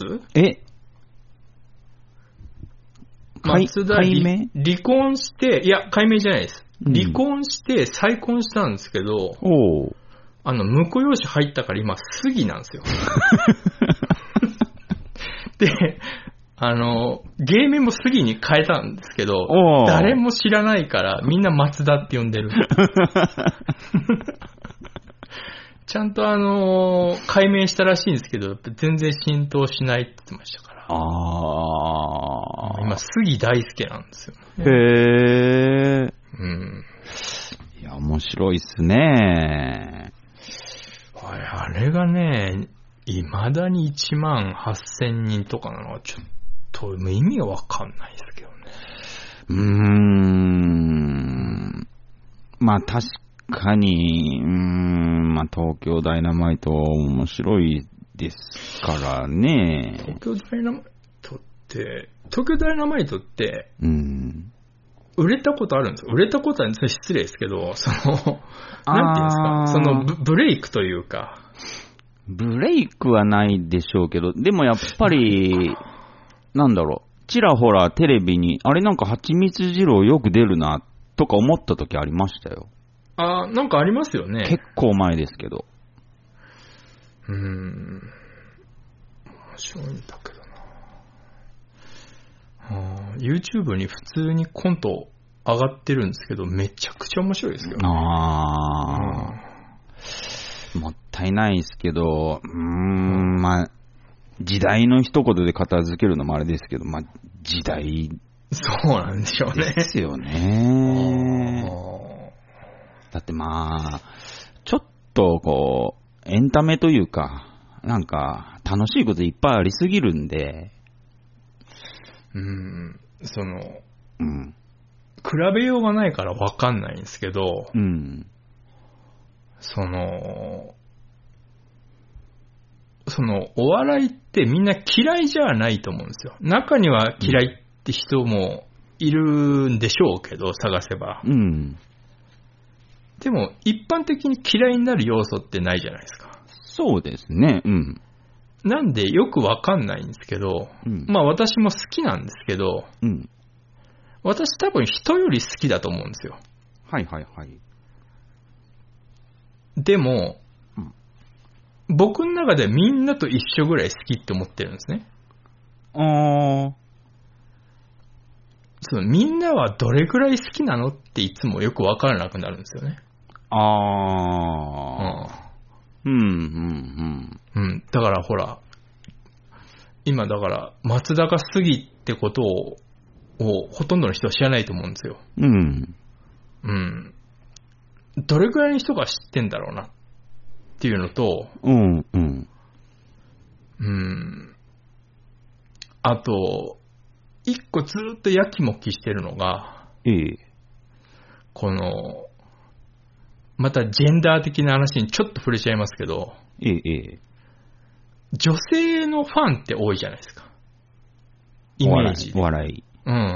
松田離婚して、いや、改名じゃないです。離婚して再婚したんですけど、婿養子入ったから今、杉なんですよ。で、芸名も杉に変えたんですけど、誰も知らないからみんな松田って呼んでる。ちゃんと改名したらしいんですけど、全然浸透しないって言ってましたから。今、杉大輔なんですよ、ね。 へー。いや、面白いっすね。 あれがね、未だに18,000人とかなのはちょっと意味がわかんないですけどね。 まあ確かに、東京ダイナマイト面白いですからね。 東京ダイナマイトって、売れたことあるんですよ。売れたことは失礼ですけど、なんていうんですか、ブレイクというか。 ブレイクはないでしょうけど、でもやっぱり、ちらほらテレビに、あれなんか蜂蜜二郎よく出るな、とか思った時ありましたよ。 なんかありますよね。 結構前ですけど。 面白いんだけどな。YouTube に普通にコント上がってるんですけど、めちゃくちゃ面白いですけどね。 もったいないですけど、まあ、時代の一言で片付けるのもあれですけど、まあ、時代。 そうなんでしょうね。 ですよね。だってまあ、ちょっとこう、エンタメというか、なんか、楽しいこといっぱいありすぎるんで。 比べようがないから分かんないんですけど、お笑いってみんな嫌いじゃないと思うんですよ。中には嫌いって人もいるんでしょうけど、探せば。でも、一般的に嫌いになる要素ってないじゃないですか。 そうですね。 なんでよくわかんないんですけど、まあ私も好きなんですけど、私多分人より好きだと思うんですよ。 はいはいはい。 でも、僕の中ではみんなと一緒ぐらい好きって思ってるんですね。みんなはどれぐらい好きなのっていつもよくわからなくなるんですよね。だからほら、今だから松田が杉ってことをほとんどの人は知らないと思うんですよ。どれくらいの人が知ってんだろうなっていうのと、あと、一個ずっとやきもきしてるのが、またジェンダー的な話にちょっと触れちゃいますけど、女性のファンって多いじゃないですか。イメージで。 笑い。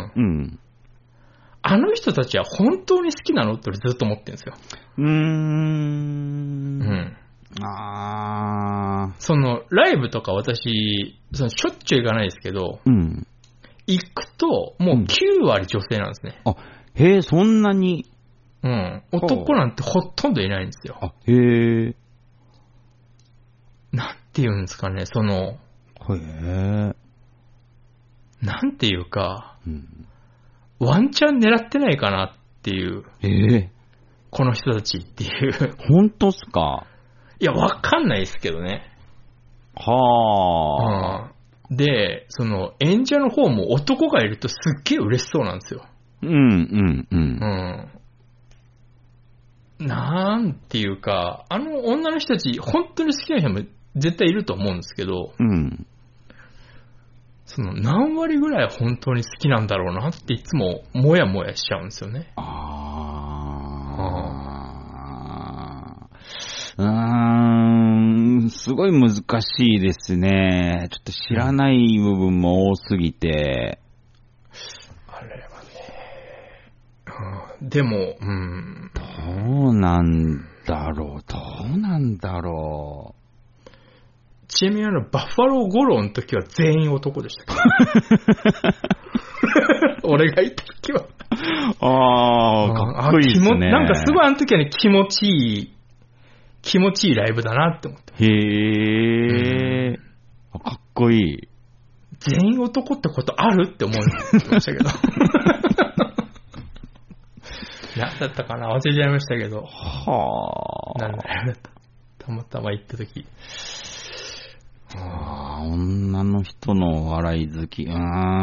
あの人たちは本当に好きなのってずっと思ってるんですよ。ライブとか私、しょっちゅう行かないですけど、行くともう9割女性なんですね。 へえ、そんなに。 男なんてほとんどいないんですよ。なんていうんですかね、なんていうか、ワンチャン狙ってないかなっていう、この人たちっていう。 本当っすか？ いや、わかんないですけどね。で、演者の方も男がいるとすっげえ嬉しそうなんですよ。なんていうか、女の人たち、本当に好きな人も絶対いると思うんですけど、その何割ぐらい本当に好きなんだろうなっていつももやもやしちゃうんですよね。 すごい難しいですね。ちょっと知らない部分も多すぎて。 あれはね。でも、 どうなんだろう。 ちなみにバッファローゴローの時は全員男でしたけど。俺がいた時は。 かっこいいですね。 なんかすごいあの時はね、気持ちいいライブだなって思って。 へー。かっこいい。 全員男ってことあるって思いましたけど。何だったかな忘れちゃいましたけど。たまたま行った時。 女の人の笑い好き。あ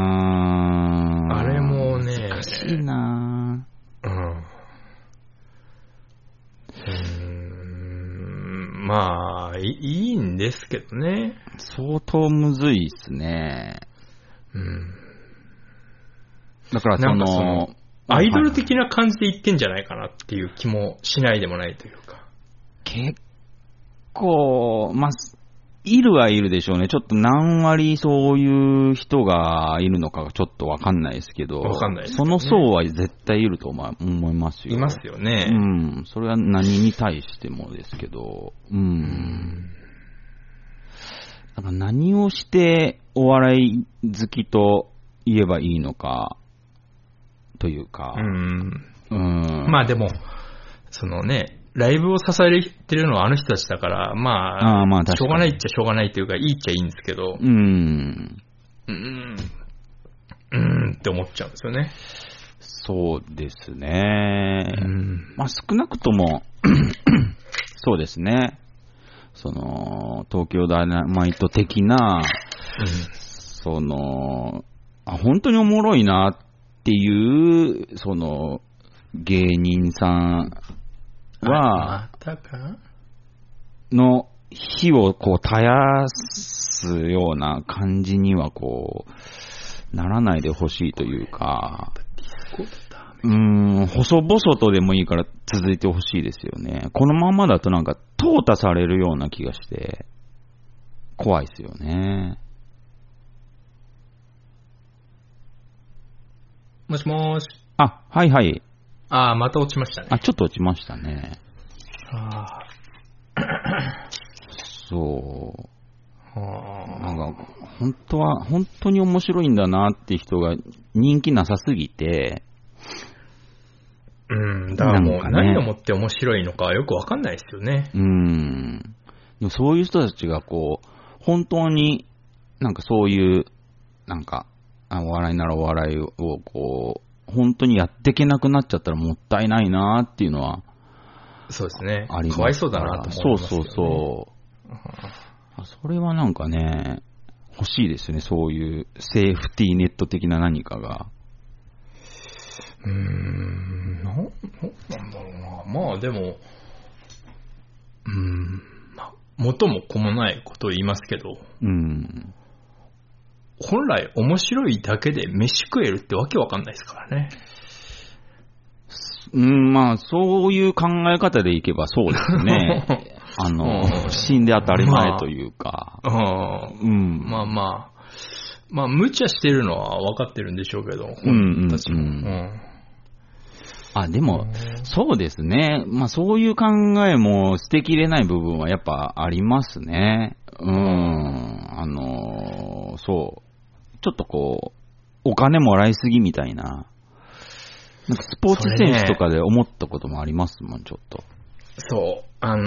れもね。 難しいな。 まあ、いいんですけどね。 相当むずいっすね。だからそのアイドル的な感じで言ってんじゃないかなっていう気もしないでもないというか。 結構、いるはいるでしょうね。ちょっと何割そういう人がいるのかがちょっとわかんないですけど、その層は絶対いると思いますよ。 いますよね。 それは何に対してもですけど、だから何をしてお笑い好きと言えばいいのかというか、 まあでもそのね。ライブを支えてるのはあの人たちだから、しょうがないっちゃしょうがないというか、いいっちゃいいんですけど、って思っちゃうんですよね。 そうですね。少なくとも、そうですね。その、東京ダイナマイト的な、本当におもろいなっていう、芸人さん、の火を絶やすような感じにはならないでほしいというか、細々とでもいいから続いてほしいですよね。このままだとなんか淘汰されるような気がして怖いですよね。 もしもーし。 はいはい。 また落ちましたね。 ちょっと落ちましたね。そう。なんか、本当に面白いんだなって人が人気なさすぎて。 だからもう何をもって面白いのかよくわかんないですよね。 でもそういう人たちが本当になんかそういう、なんか、お笑いならお笑いを本当にやっていけなくなっちゃったらもったいないなっていうのはそうですね。かわいそうだなと思いますけどね。 そうそれはなんかね欲しいですね。そういうセーフティーネット的な何かが。 なんだろうな。でも元も子もないことを言いますけど、本来面白いだけで飯食えるってわけわかんないですからね。 そういう考え方でいけばそうですね。死んで当たり前というか。 無茶してるのは分かってるんでしょうけど、本人たちも。 でも、そうですね。そういう考えも捨てきれない部分はやっぱありますね。そう。ちょっとお金もらいすぎみたいな。なんかスポーツ選手とかで思ったこともありますもん、ちょっと。 そう。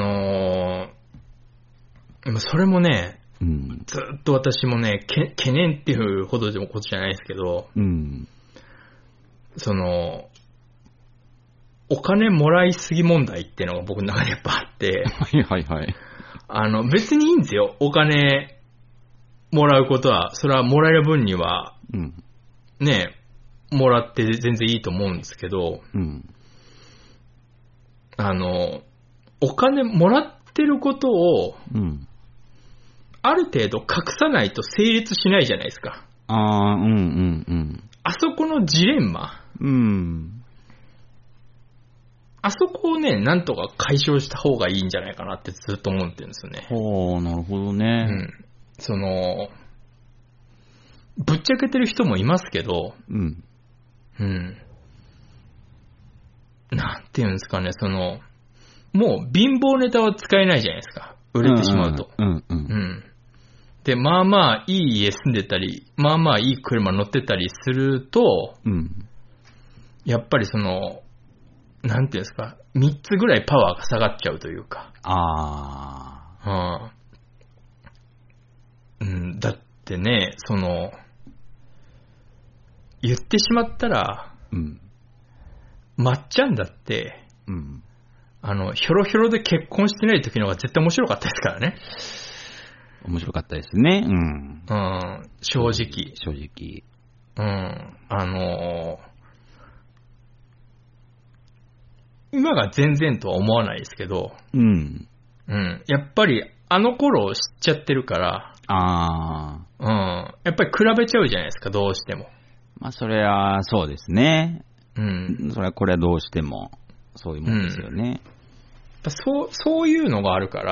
それもね、ずっと私もね、懸念っていうほどでもことじゃないですけど、お金もらいすぎ問題っていうのが僕の中でやっぱあって、別にいいんですよ、お金もらうことは。それはもらえる分には、ね、もらって全然いいと思うんですけど、お金もらってることを、 ある程度隠さないと成立しないじゃないですか。 あそこのジレンマ。あそこをね、なんとか解消した方がいいんじゃないかなってずっと思ってるんですよね。 なるほどね。 ぶっちゃけてる人もいますけど、なんていうんですかね、もう貧乏ネタは使えないじゃないですか。売れてしまうと。で、まあまあいい家住んでたり、まあまあいい車乗ってたりすると、やっぱりなんていうんですか、3つぐらいパワーが下がっちゃうというか。だってね、言ってしまったら、まっちゃんだって、ひょろひょろで結婚してない時の方が絶対面白かったですからね。 面白かったですね。 正直。今が全然とは思わないですけど、やっぱりあの頃を知っちゃってるから、やっぱり比べちゃうじゃないですか、どうしても。 まあ、それはそうですね。それはこれはどうしてもそういうもんですよね。 そういうのがあるから、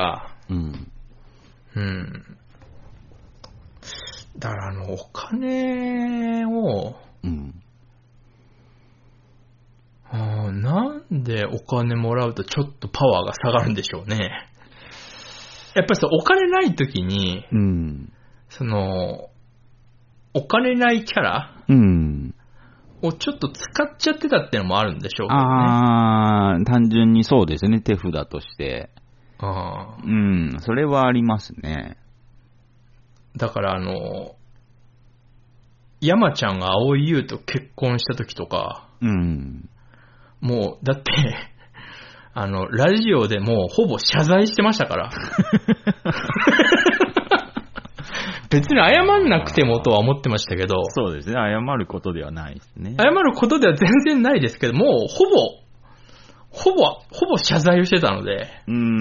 だからお金を、なんでお金もらうとちょっとパワーが下がるんでしょうね。やっぱりお金ないときに、お金ないキャラ、をちょっと使っちゃってたってのもあるんでしょうけどね。 単純にそうですね、手札として。それはありますね。 だから山ちゃんが蒼井優と結婚した時とか、もう、だって、ラジオでもうほぼ謝罪してましたから。別に謝んなくてもとは思ってましたけど。 そうですね。謝ることではないですね。 謝ることでは全然ないですけど、もうほぼ謝罪をしてたので。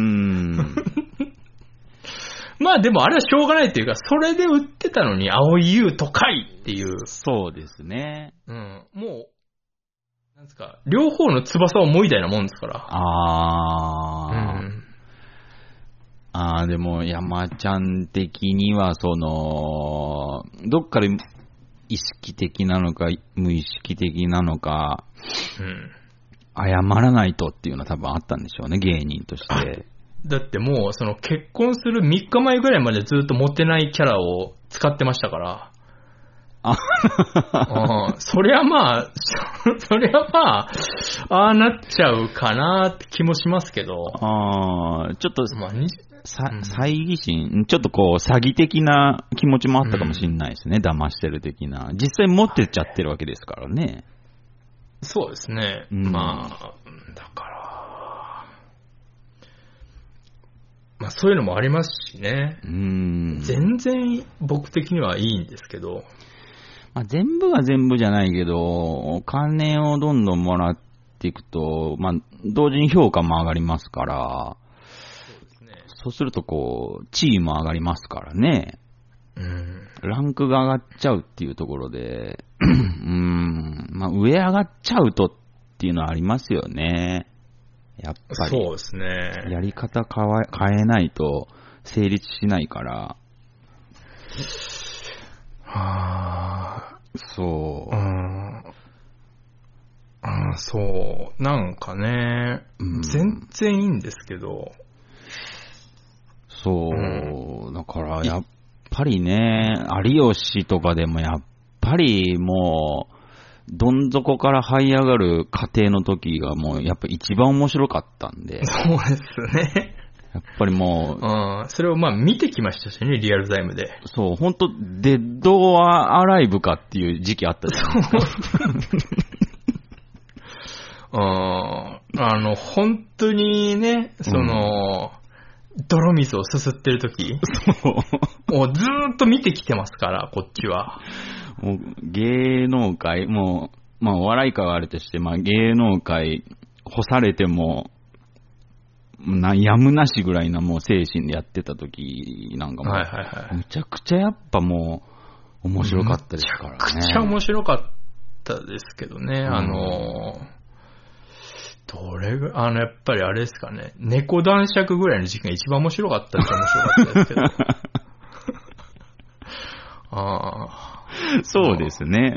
まあでもあれはしょうがないっていうか、それで売ってたのに蒼井優とかいっていう。 そうですね。 もう、なんですか、両方の翼をもいだようなもんですから。 でも山ちゃん的にはどっかで意識的なのか無意識的なのか、謝らないとっていうのは多分あったんでしょうね、芸人として。 だってもう結婚する3日前ぐらいまでずっとモテないキャラを使ってましたから。そりゃまあ、ああなっちゃうかなって気もしますけど。 ちょっと、猜疑心、ちょっと詐欺的な気持ちもあったかもしれないですね、騙してる的な。実際持ってっちゃってるわけですからね。 そうですね。まあ、だから、まあそういうのもありますしね。全然僕的にはいいんですけど。 まあ、全部が全部じゃないけど、お金をどんどんもらっていくと、まあ、同時に評価も上がりますから、そうすると地位も上がりますからね。ランクが上がっちゃうっていうところで、まあ、上上がっちゃうとっていうのはありますよね。やっぱり。 そうですね。 やり方変えないと成立しないから。そう。 そう。なんかね、全然いいんですけど。 そう。だから、やっぱりね、有吉とかでもやっぱりもう、どん底から這い上がる過程の時がもうやっぱ一番面白かったんで。 そうですね。 やっぱりもう、それをまあ見てきましたしね、リアルタイムで。 そう、本当デッドアアライブかっていう時期あったじゃないですか。本当にね、泥水をすすってる時、もうずーっと見てきてますから、こっちは。 もう芸能界、まあお笑い界はあれとして、まあ芸能界干されても、 やむなしぐらいなもう精神でやってた時なんかも、 はいはいはい、 むちゃくちゃやっぱもう面白かったですからね。 めちゃくちゃ面白かったですけどね。どれぐらい、やっぱりあれですかね、猫男爵ぐらいの時期が一番面白かったっちゃ面白かったですけど。 そうですね、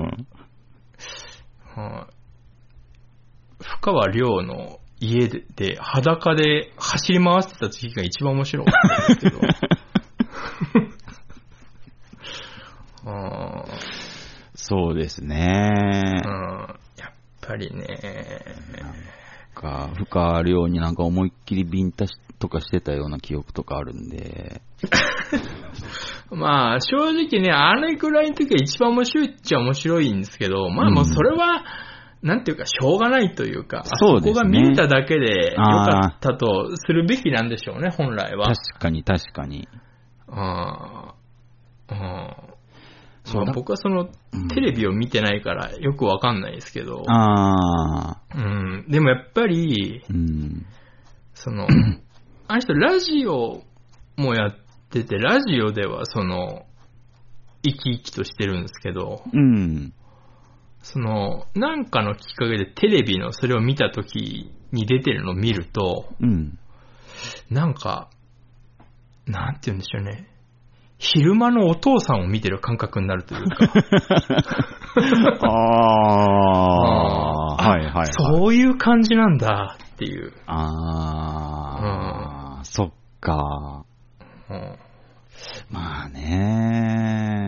深川亮の家で裸で走り回ってた時期が一番面白かったですけど。 そうですね。 やっぱりね。 深川亮になんか思いっきりビンタとかしてたような記憶とかあるんで。 まあ、正直ね、あれぐらいの時は一番面白いっちゃ面白いんですけど、まあもうそれは、なんていうか、しょうがないというか、 そうですね、 そこが見ただけで良かったとするべきなんでしょうね、本来は。 確かに確かに。 僕はその、テレビを見てないからよくわかんないですけど、でもやっぱり、その、あの人ラジオもやってて、ラジオではその、生き生きとしてるんですけど、その、なんかのきっかけでテレビのそれを見たときに出てるのを見ると、なんか、なんて言うんでしょうね。昼間のお父さんを見てる感覚になるというか。 はいはい。 そういう感じなんだっていう。 そっか。まあね。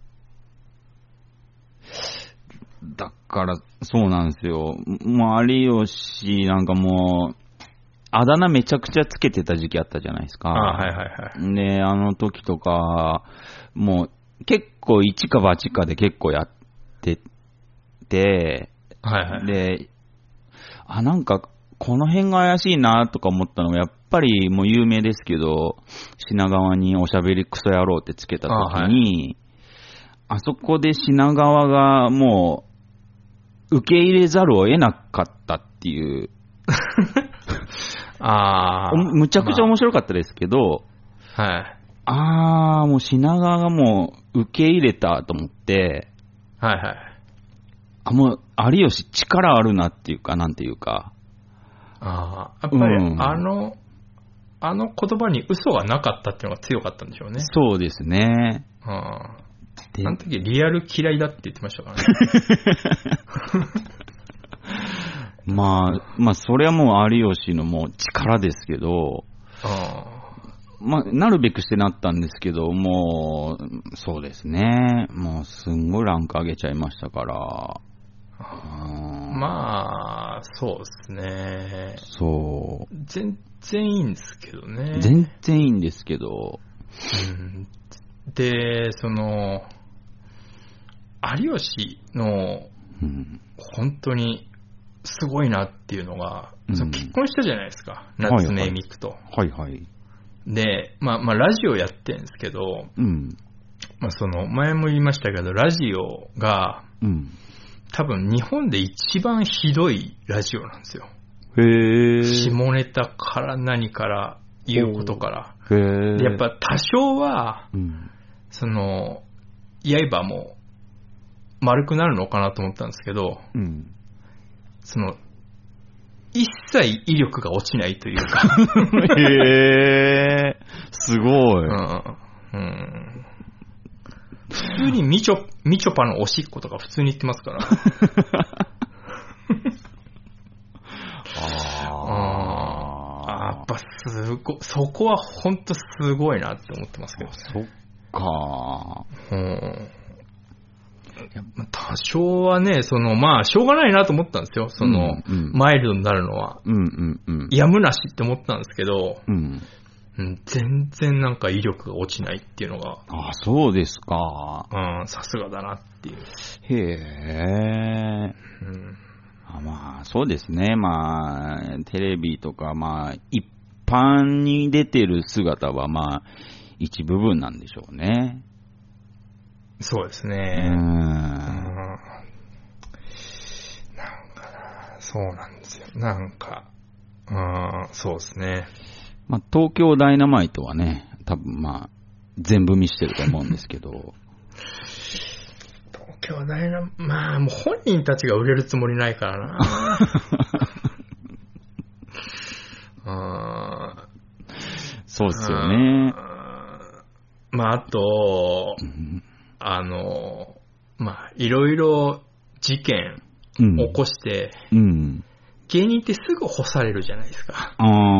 だから、そうなんですよ。もう有吉なんかもう、あだ名めちゃくちゃつけてた時期あったじゃないですか。 はいはいはい。 で、あの時とか、もう結構一か八かで結構やってて、 はいはい。 で、なんかこの辺が怪しいなとか思ったのが、やっぱりもう有名ですけど、品川におしゃべりクソ野郎ってつけた時に、あそこで品川がもう受け入れざるを得なかったっていう、むちゃくちゃ面白かったですけど、もう品川がもう受け入れたと思って、もう有吉力あるなっていうか、なんていうか。 やっぱり、あの言葉に嘘がなかったっていうのが強かったんでしょうね。 そうですね。 あの時リアル嫌いだって言ってましたからね。 まあ、それはもう有吉のもう力ですけど、まあ、なるべくしてなったんですけど、もう、そうですね。もう、すんごいランク上げちゃいましたから。 まあ、そうですね。 そう。 全然いいんですけどね。 全然いいんですけど。 で、その、有吉の、本当にすごいなっていうのが、その結婚したじゃないですか。夏目みくと。 はいはい。 で、まあ、ラジオやってるんですけど、まあ、その、前も言いましたけど、ラジオが、多分日本で一番ひどいラジオなんですよ。下ネタから何から言うことから。でやっぱ多少は、その、刃も丸くなるのかなと思ったんですけど、その、一切威力が落ちないというか。 すごい。 普通にみちょぱのおしっことか普通に言ってますから。やっぱすごい、そこは本当すごいなって思ってますけどね。 そっか。 多少はね、その、まあ、しょうがないなと思ったんですよ。その、マイルドになるのは。やむなしって思ったんですけど、全然なんか威力が落ちないっていうのが。 そうですか。 さすがだなっていう。 まあ、そうですね。まあ、テレビとか、まあ、一般に出てる姿は、まあ、一部分なんでしょうね。 そうですね。なんかな、そうなんですよ。なんか、 そうですね。 まあ、東京ダイナマイトはね、多分まあ、全部見してると思うんですけど。 東京ダイナマイト、まあ、もう本人たちが売れるつもりないからな。 そうっすよね。 まあ、あと、まあ、いろいろ事件起こして、芸人ってすぐ干されるじゃないですか。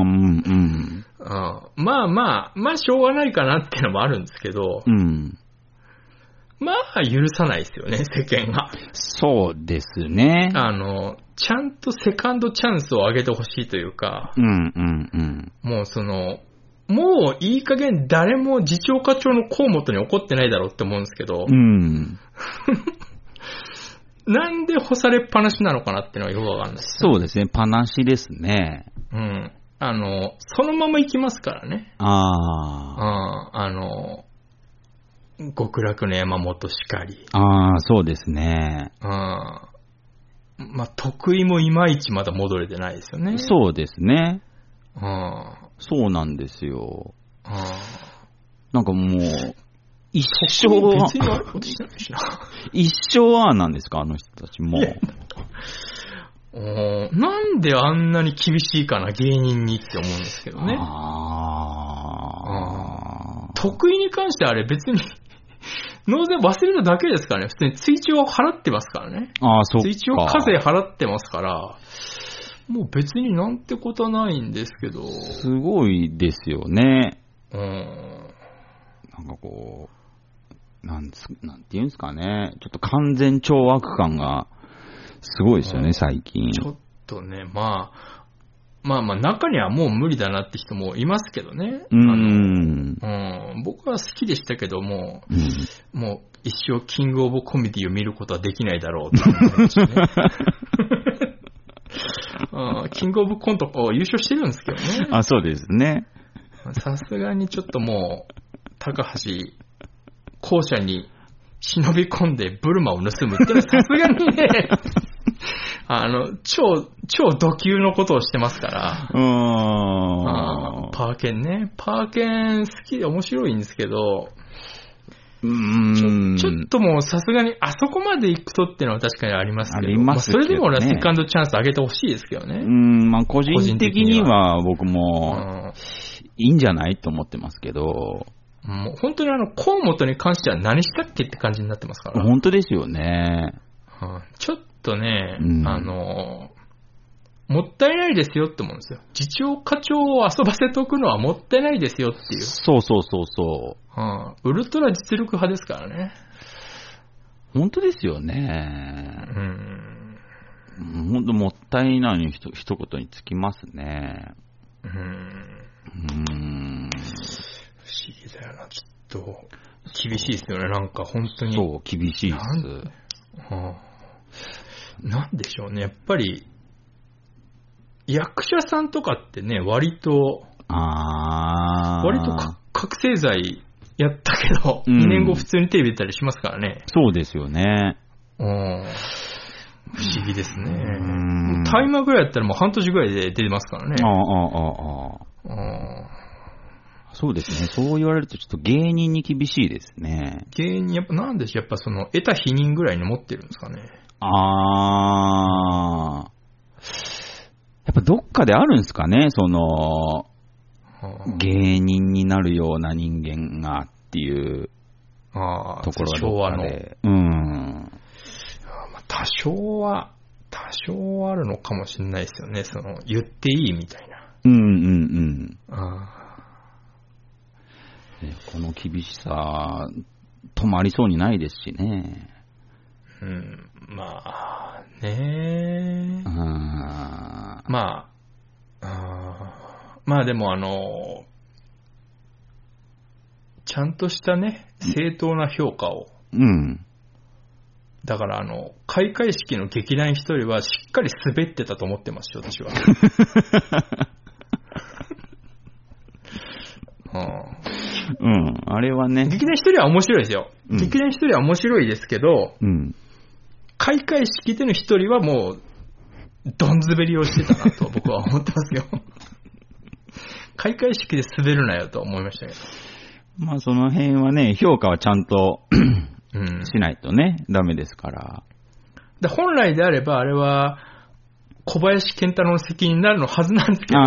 まあ、しょうがないかなっていうのもあるんですけど、まあ、許さないですよね、世間が。 そうですね。 ちゃんとセカンドチャンスをあげてほしいというか、もうもういい加減誰も次長課長の河本に怒ってないだろうって思うんですけど、なんで干されっぱなしなのかなっていうのはよくわかんないです、 ね。そうですね、ぱなしですね。 そのまま行きますからね。極楽の山本しかり。 そうですね。 まあ、得意もいまいちまだ戻れてないですよね。 そうですね。そうなんですよ。なんかもう、一生は、一生はなんですか、あの人たちも。 なんであんなに厳しいかな、芸人にって思うんですけどね。得意に関してあれ別に、納税忘れただけですからね。普通に追徴払ってますからね。 そうか。 追徴課税払ってますから、もう別になんてことはないんですけど。 すごいですよね。なんかこう、なんて言うんですかね。ちょっと完全懲悪感がすごいですよね、最近。 ちょっとね、まあ、中にはもう無理だなって人もいますけどね。僕は好きでしたけども、もう一生キングオブコメディを見ることはできないだろうと思いましたね。キングオブコント優勝してるんですけどね。 そうですね。 さすがにちょっともう、高橋、校舎に忍び込んでブルマを盗むってのはさすがにね、超ド級のことをしてますから。パーケンね。パーケン好きで面白いんですけど、ちょっともうさすがにあそこまで行くとっていうのは確かにありますけど、 ありますけどね。 それでも俺はセカンドチャンスあげてほしいですけどね。 個人的には僕もいいんじゃないと思ってますけど、 もう本当に河本に関しては何したっけって感じになってますから。 本当ですよね。 ちょっとね、もったいないですよって思うんですよ。次長課長を遊ばせておくのはもったいないですよっていう。 そう。 ウルトラ実力派ですからね。 本当ですよね。本当もったいないの一言につきますね。 不思議だよな、ちょっと。厳しいですよね、なんか本当に。 そう、厳しいです。 なんでしょうね、やっぱり、役者さんとかってね、割と覚醒剤やったけど、2年後普通にテレビ出たりしますからね。 そうですよね。 不思議ですね。タイマーぐらいやったらもう半年ぐらいで出てますからね。 そうですね。そう言われるとちょっと芸人に厳しいですね。 芸人、やっぱなんでしょう、やっぱ得た否認ぐらいに持ってるんですかね。 やっぱどっかであるんですかね、芸人になるような人間がっていうところはどっかで。 昭和の。多少はあるのかもしれないですよね。言っていいみたいな。 この厳しさ、止まりそうにないですしね。 まあね。まあでもちゃんとしたね、正当な評価を。だから開会式の劇団一人はしっかり滑ってたと思ってますよ、私は。 あれはね。 劇団一人は面白いですよ。劇団一人は面白いですけど、開会式での一人はもう、 どん滑りをしてたなと僕は思ってますよ。開会式で滑るなよと思いましたけど。 まあその辺はね、評価はちゃんとしないとね、ダメですから。 で本来であればあれは小林健太郎の責任になるのはずなんですけど、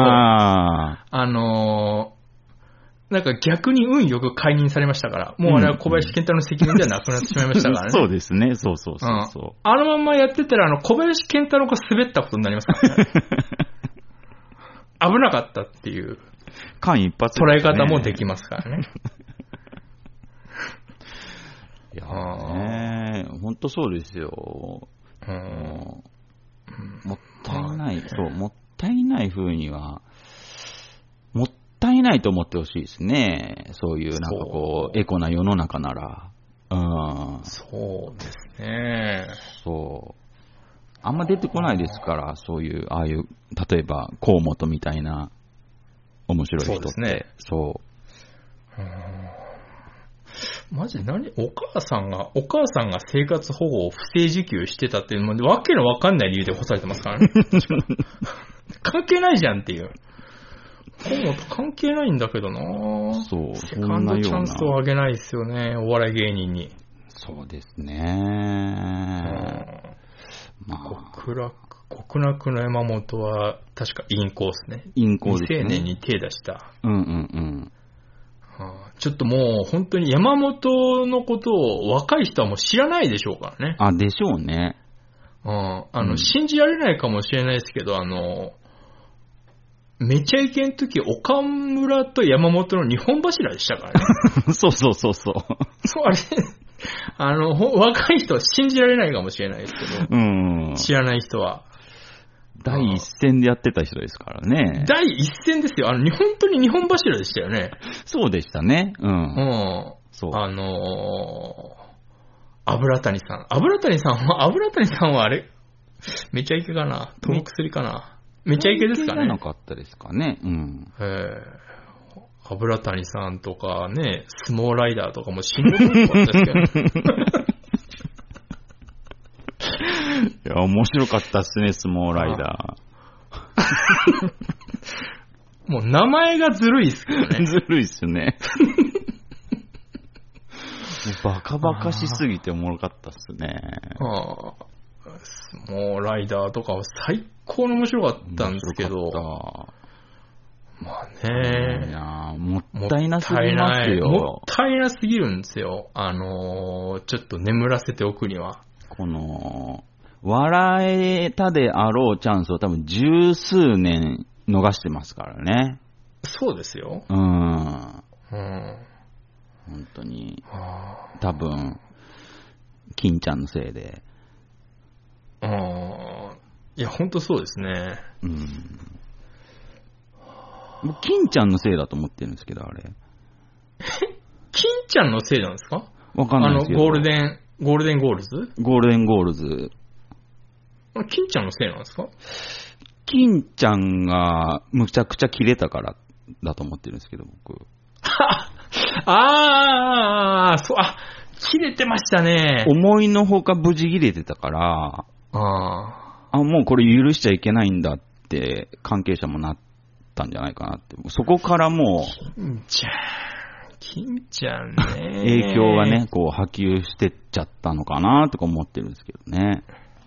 なんか逆に運よく解任されましたから、もうあれは小林健太郎の責任ではなくなってしまいましたからね。 そうですね、そう、 あのまんまやってたら小林健太郎が滑ったことになりますからね。危なかったっていう間一髪、 捉え方もできますからね。 いやね、本当そうですよ。もったいない、そう、もったいない風には、もったいないと思ってほしいですね。そういうなんかこうエコな世の中なら。 そうですね。 そう。あんま出てこないですから、そういう、ああいう、例えば、河本みたいな、面白い人って。そうですね。そう。 マジお母さんが生活保護を不正受給してたっていうのも、わけのわかんない理由で干されてますからね。関係ないじゃんっていう。河本関係ないんだけどな。 そう。 セカンドチャンスをあげないですよね、お笑い芸人に。 そうですね。 まあ、極楽の山本は確かインコースね。 インコース、ね。 未成年に手出した。 うんちょっともう本当に山本のことを若い人はもう知らないでしょうからね。 あ、でしょうね。 信じられないかもしれないですけど、めちゃイケの時、岡村と山本の日本柱でしたからね。 そう。そう、 あれ、若い人は信じられないかもしれないですけど、知らない人は。 第一線でやってた人ですからね。 第一線ですよ。本当に日本柱でしたよね。 そうでしたね。 そう。油谷さんはあれめちゃイケかなトモクスリかなめちゃイケですかね。 めちゃイケじゃなかったですかね。 油谷さんとかね、相撲ライダーとかもしんどかったですけど、ね。 いや、面白かったっすね、相撲ライダー。もう名前がずるいっすけどね。 ずるいっすね。バカバカしすぎておもろかったっすね。 相撲ライダーとかは最高に面白かったんですけど。まあね。 いやもったいなすぎますよ。 もったいなすぎるんですよ。ちょっと眠らせておくには。 笑えたであろうチャンスを多分十数年逃してますからね。 そうですよ。 本当に。多分、金ちゃんのせいで。 いや、本当そうですね。 金ちゃんのせいだと思ってるんですけど、あれ。 金ちゃんのせいなんですか？ わかんないですけど。 ゴールデンゴールズ？ ゴールデンゴールズ。 金ちゃんのせいなんですか？ 金ちゃんがむちゃくちゃキレたからだと思ってるんですけど、僕。キレてましたね。 思いのほか無事切れてたから、もうこれ許しちゃいけないんだって関係者もなったんじゃないかなって。そこからもう、 金ちゃんね。 影響がね、こう波及してっちゃったのかなとか思ってるんですけどね。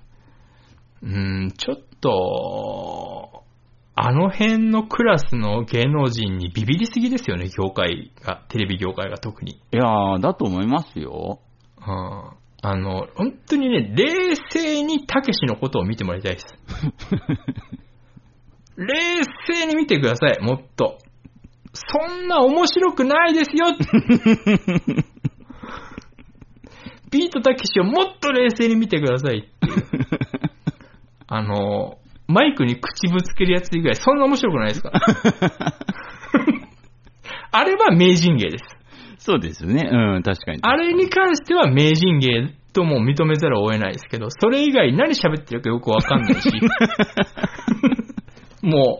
ちょっと、あの辺のクラスの芸能人にビビりすぎですよね、業界が、テレビ業界が特に。 いやー、だと思いますよ。 本当にね、冷静にたけしのことを見てもらいたいです。冷静に見てください、もっと。そんな面白くないですよ。ビートたけしをもっと冷静に見てくださいっていう。マイクに口ぶつけるやつ以外そんな面白くないですから。あれは名人芸です。 そうですね。確かに。 あれに関しては名人芸とも認めざるを得ないですけど、それ以外何喋ってるかよくわかんないし。も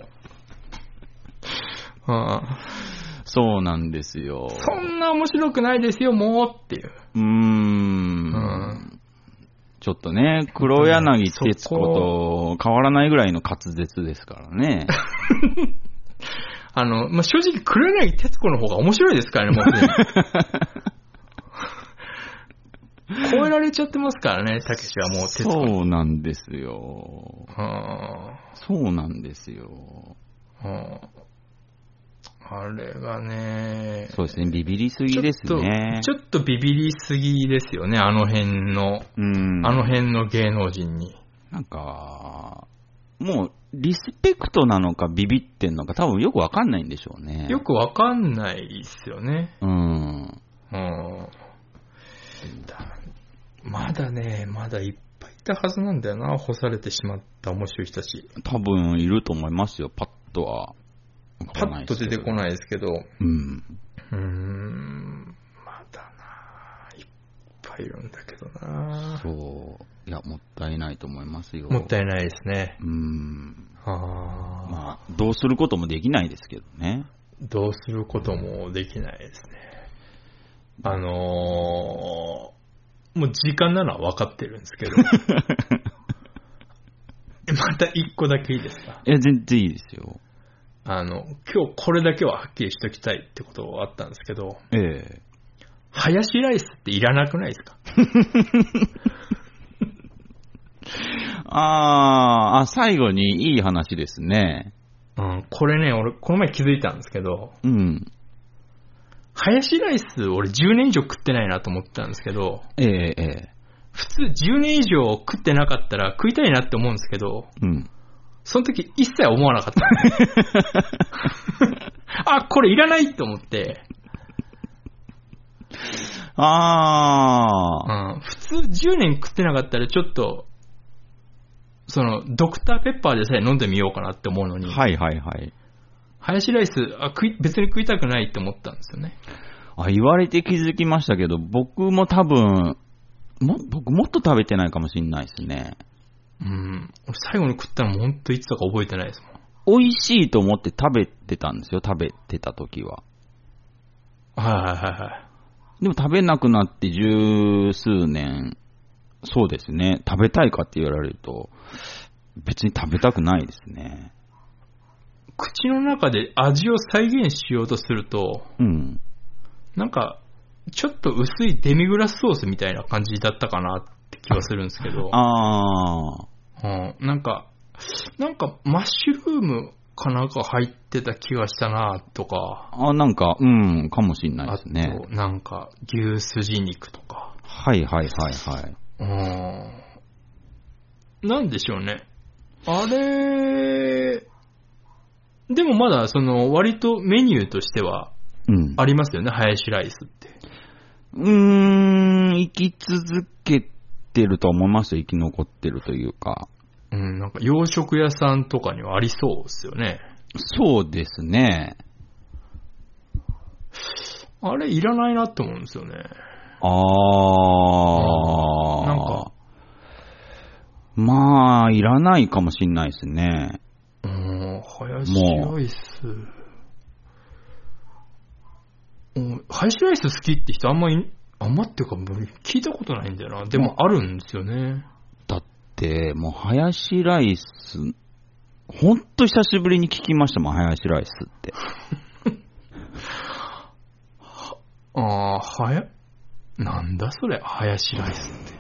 う。 そうなんですよ。 そんな面白くないですよ、もうっていう。 ちちょっとね、黒柳徹子と変わらないぐらいの滑舌ですからね。 正直黒柳徹子の方が面白いですからね、もうすでに。超えられちゃってますからね、たけしはもう徹子。 そうなんですよ。そうなんですよ。 あれがね。 そうですね、ビビりすぎですね。 ちょっとビビりすぎですよね、あの辺の芸能人に。 なんか、もう、リスペクトなのかビビってんのか多分よくわかんないんでしょうね。 よくわかんないですよね。まだいっぱいいたはずなんだよな、干されてしまった面白い人たち。 多分いると思いますよ、パッとは。 パッと出てこないですけど。まだいっぱいいるんだけどな。 そう。いや、もったいないと思いますよ。 もったいないですね。 まあ、どうすることもできないですけどね。 どうすることもできないですね。もう時間なのは分かってるんですけど。また一個だけいいですか？ いや、全然いいですよ。 今日これだけははっきりしときたいってことがあったんですけど、ハヤシライスっていらなくないですか？ 最後にいい話ですね。 これね、俺この前気づいたんですけど、ハヤシライス俺10年以上食ってないなと思ったんですけど、普通10年以上食ってなかったら食いたいなって思うんですけど、その時一切思わなかった。これいらないと思って。普通10年食ってなかったらちょっと、ドクターペッパーでさえ飲んでみようかなって思うのに。ハヤシライス、別に食いたくないって思ったんですよね。 言われて気づきましたけど、僕も多分、僕もっと食べてないかもしれないですね。 俺最後に食ったのも本当いつだか覚えてないですもん。美味しいと思って食べてたんですよ、食べてた時は。でも食べなくなって十数年、そうですね、食べたいかって言われると、別に食べたくないですね。 口の中で味を再現しようとすると、なんか、ちょっと薄いデミグラスソースみたいな感じだったかなって気はするんですけど、なんかマッシュルームかなんか入ってた気がしたなとか。 なんか、かもしれないですね。 あと、なんか、牛すじ肉とか。なんでしょうね。あれ、でもまだ、割とメニューとしては、ありますよね、ハヤシライスって。 生き続けてると思いますよ、生き残ってるというか。 なんか洋食屋さんとかにはありそうですよね。 そうですね。 あれいらないなって思うんですよね。なんか。 まあ、いらないかもしんないですね。 ハヤシライス。ハヤシライス好きって人あんまっていうか聞いたことないんだよな。でもあるんですよね。 だってもうハヤシライスほんと久しぶりに聞きましたもん、ハヤシライスってなんだそれ、ハヤシライスって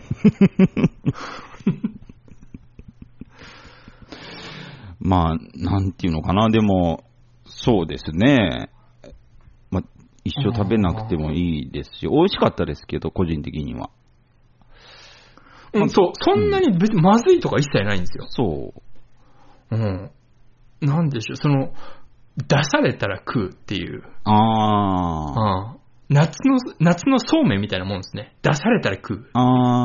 まあなんていうのかな、でもそうですね、一生食べなくてもいいですし、美味しかったですけど、個人的には。 そんなに別にまずいとか一切ないんですよ。 そう。 なんでしょう、出されたら食うっていう。夏のそうめんみたいなもんですね。出されたら食う。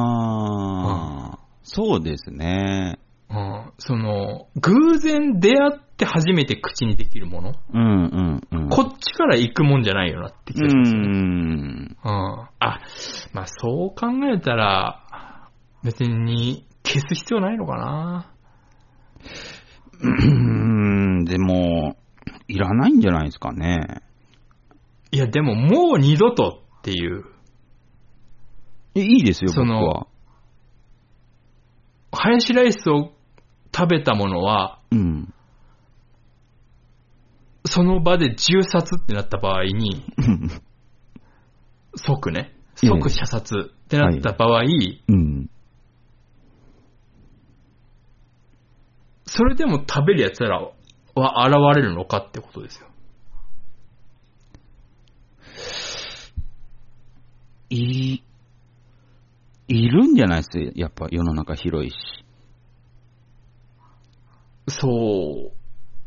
そうですね。 偶然出会って初めて口にできるもの。こっちから行くもんじゃないよなって気がしますね。まあそう考えたら、別に消す必要ないのかな。 でも、いらないんじゃないですかね。 いや、でももう二度とっていう。 いいですよ、僕は。 ハヤシライスを食べたものは、うん、その場で銃殺ってなった場合に、即射殺ってなった場合、はいうん、それでも食べる奴らは現れるのかってことですよ。 いるんじゃないですか、やっぱ世の中広いし。 そう。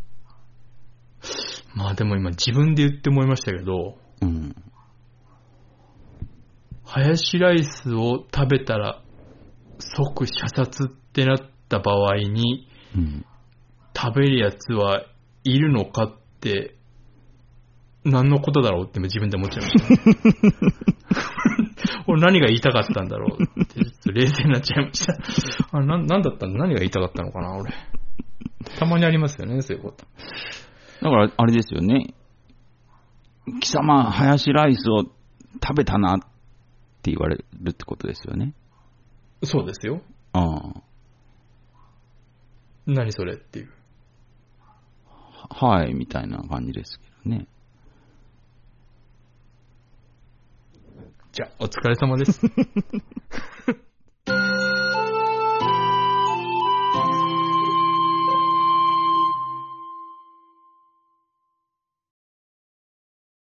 まあでも今自分で言って思いましたけど、うん、ハヤシライスを食べたら即射殺ってなった場合に、うん、食べるやつはいるのかって何のことだろうって自分で思っちゃいました俺何が言いたかったんだろうってちょっと冷静になっちゃいました何だったんだ、何が言いたかったのかな。俺たまにありますよね、そういうこと。 だからあれですよね、貴様ハヤシライスを食べたなって言われるってことですよね。 そうですよ。ああ。何それっていう。 はいみたいな感じですけどね。 じゃあお疲れ様です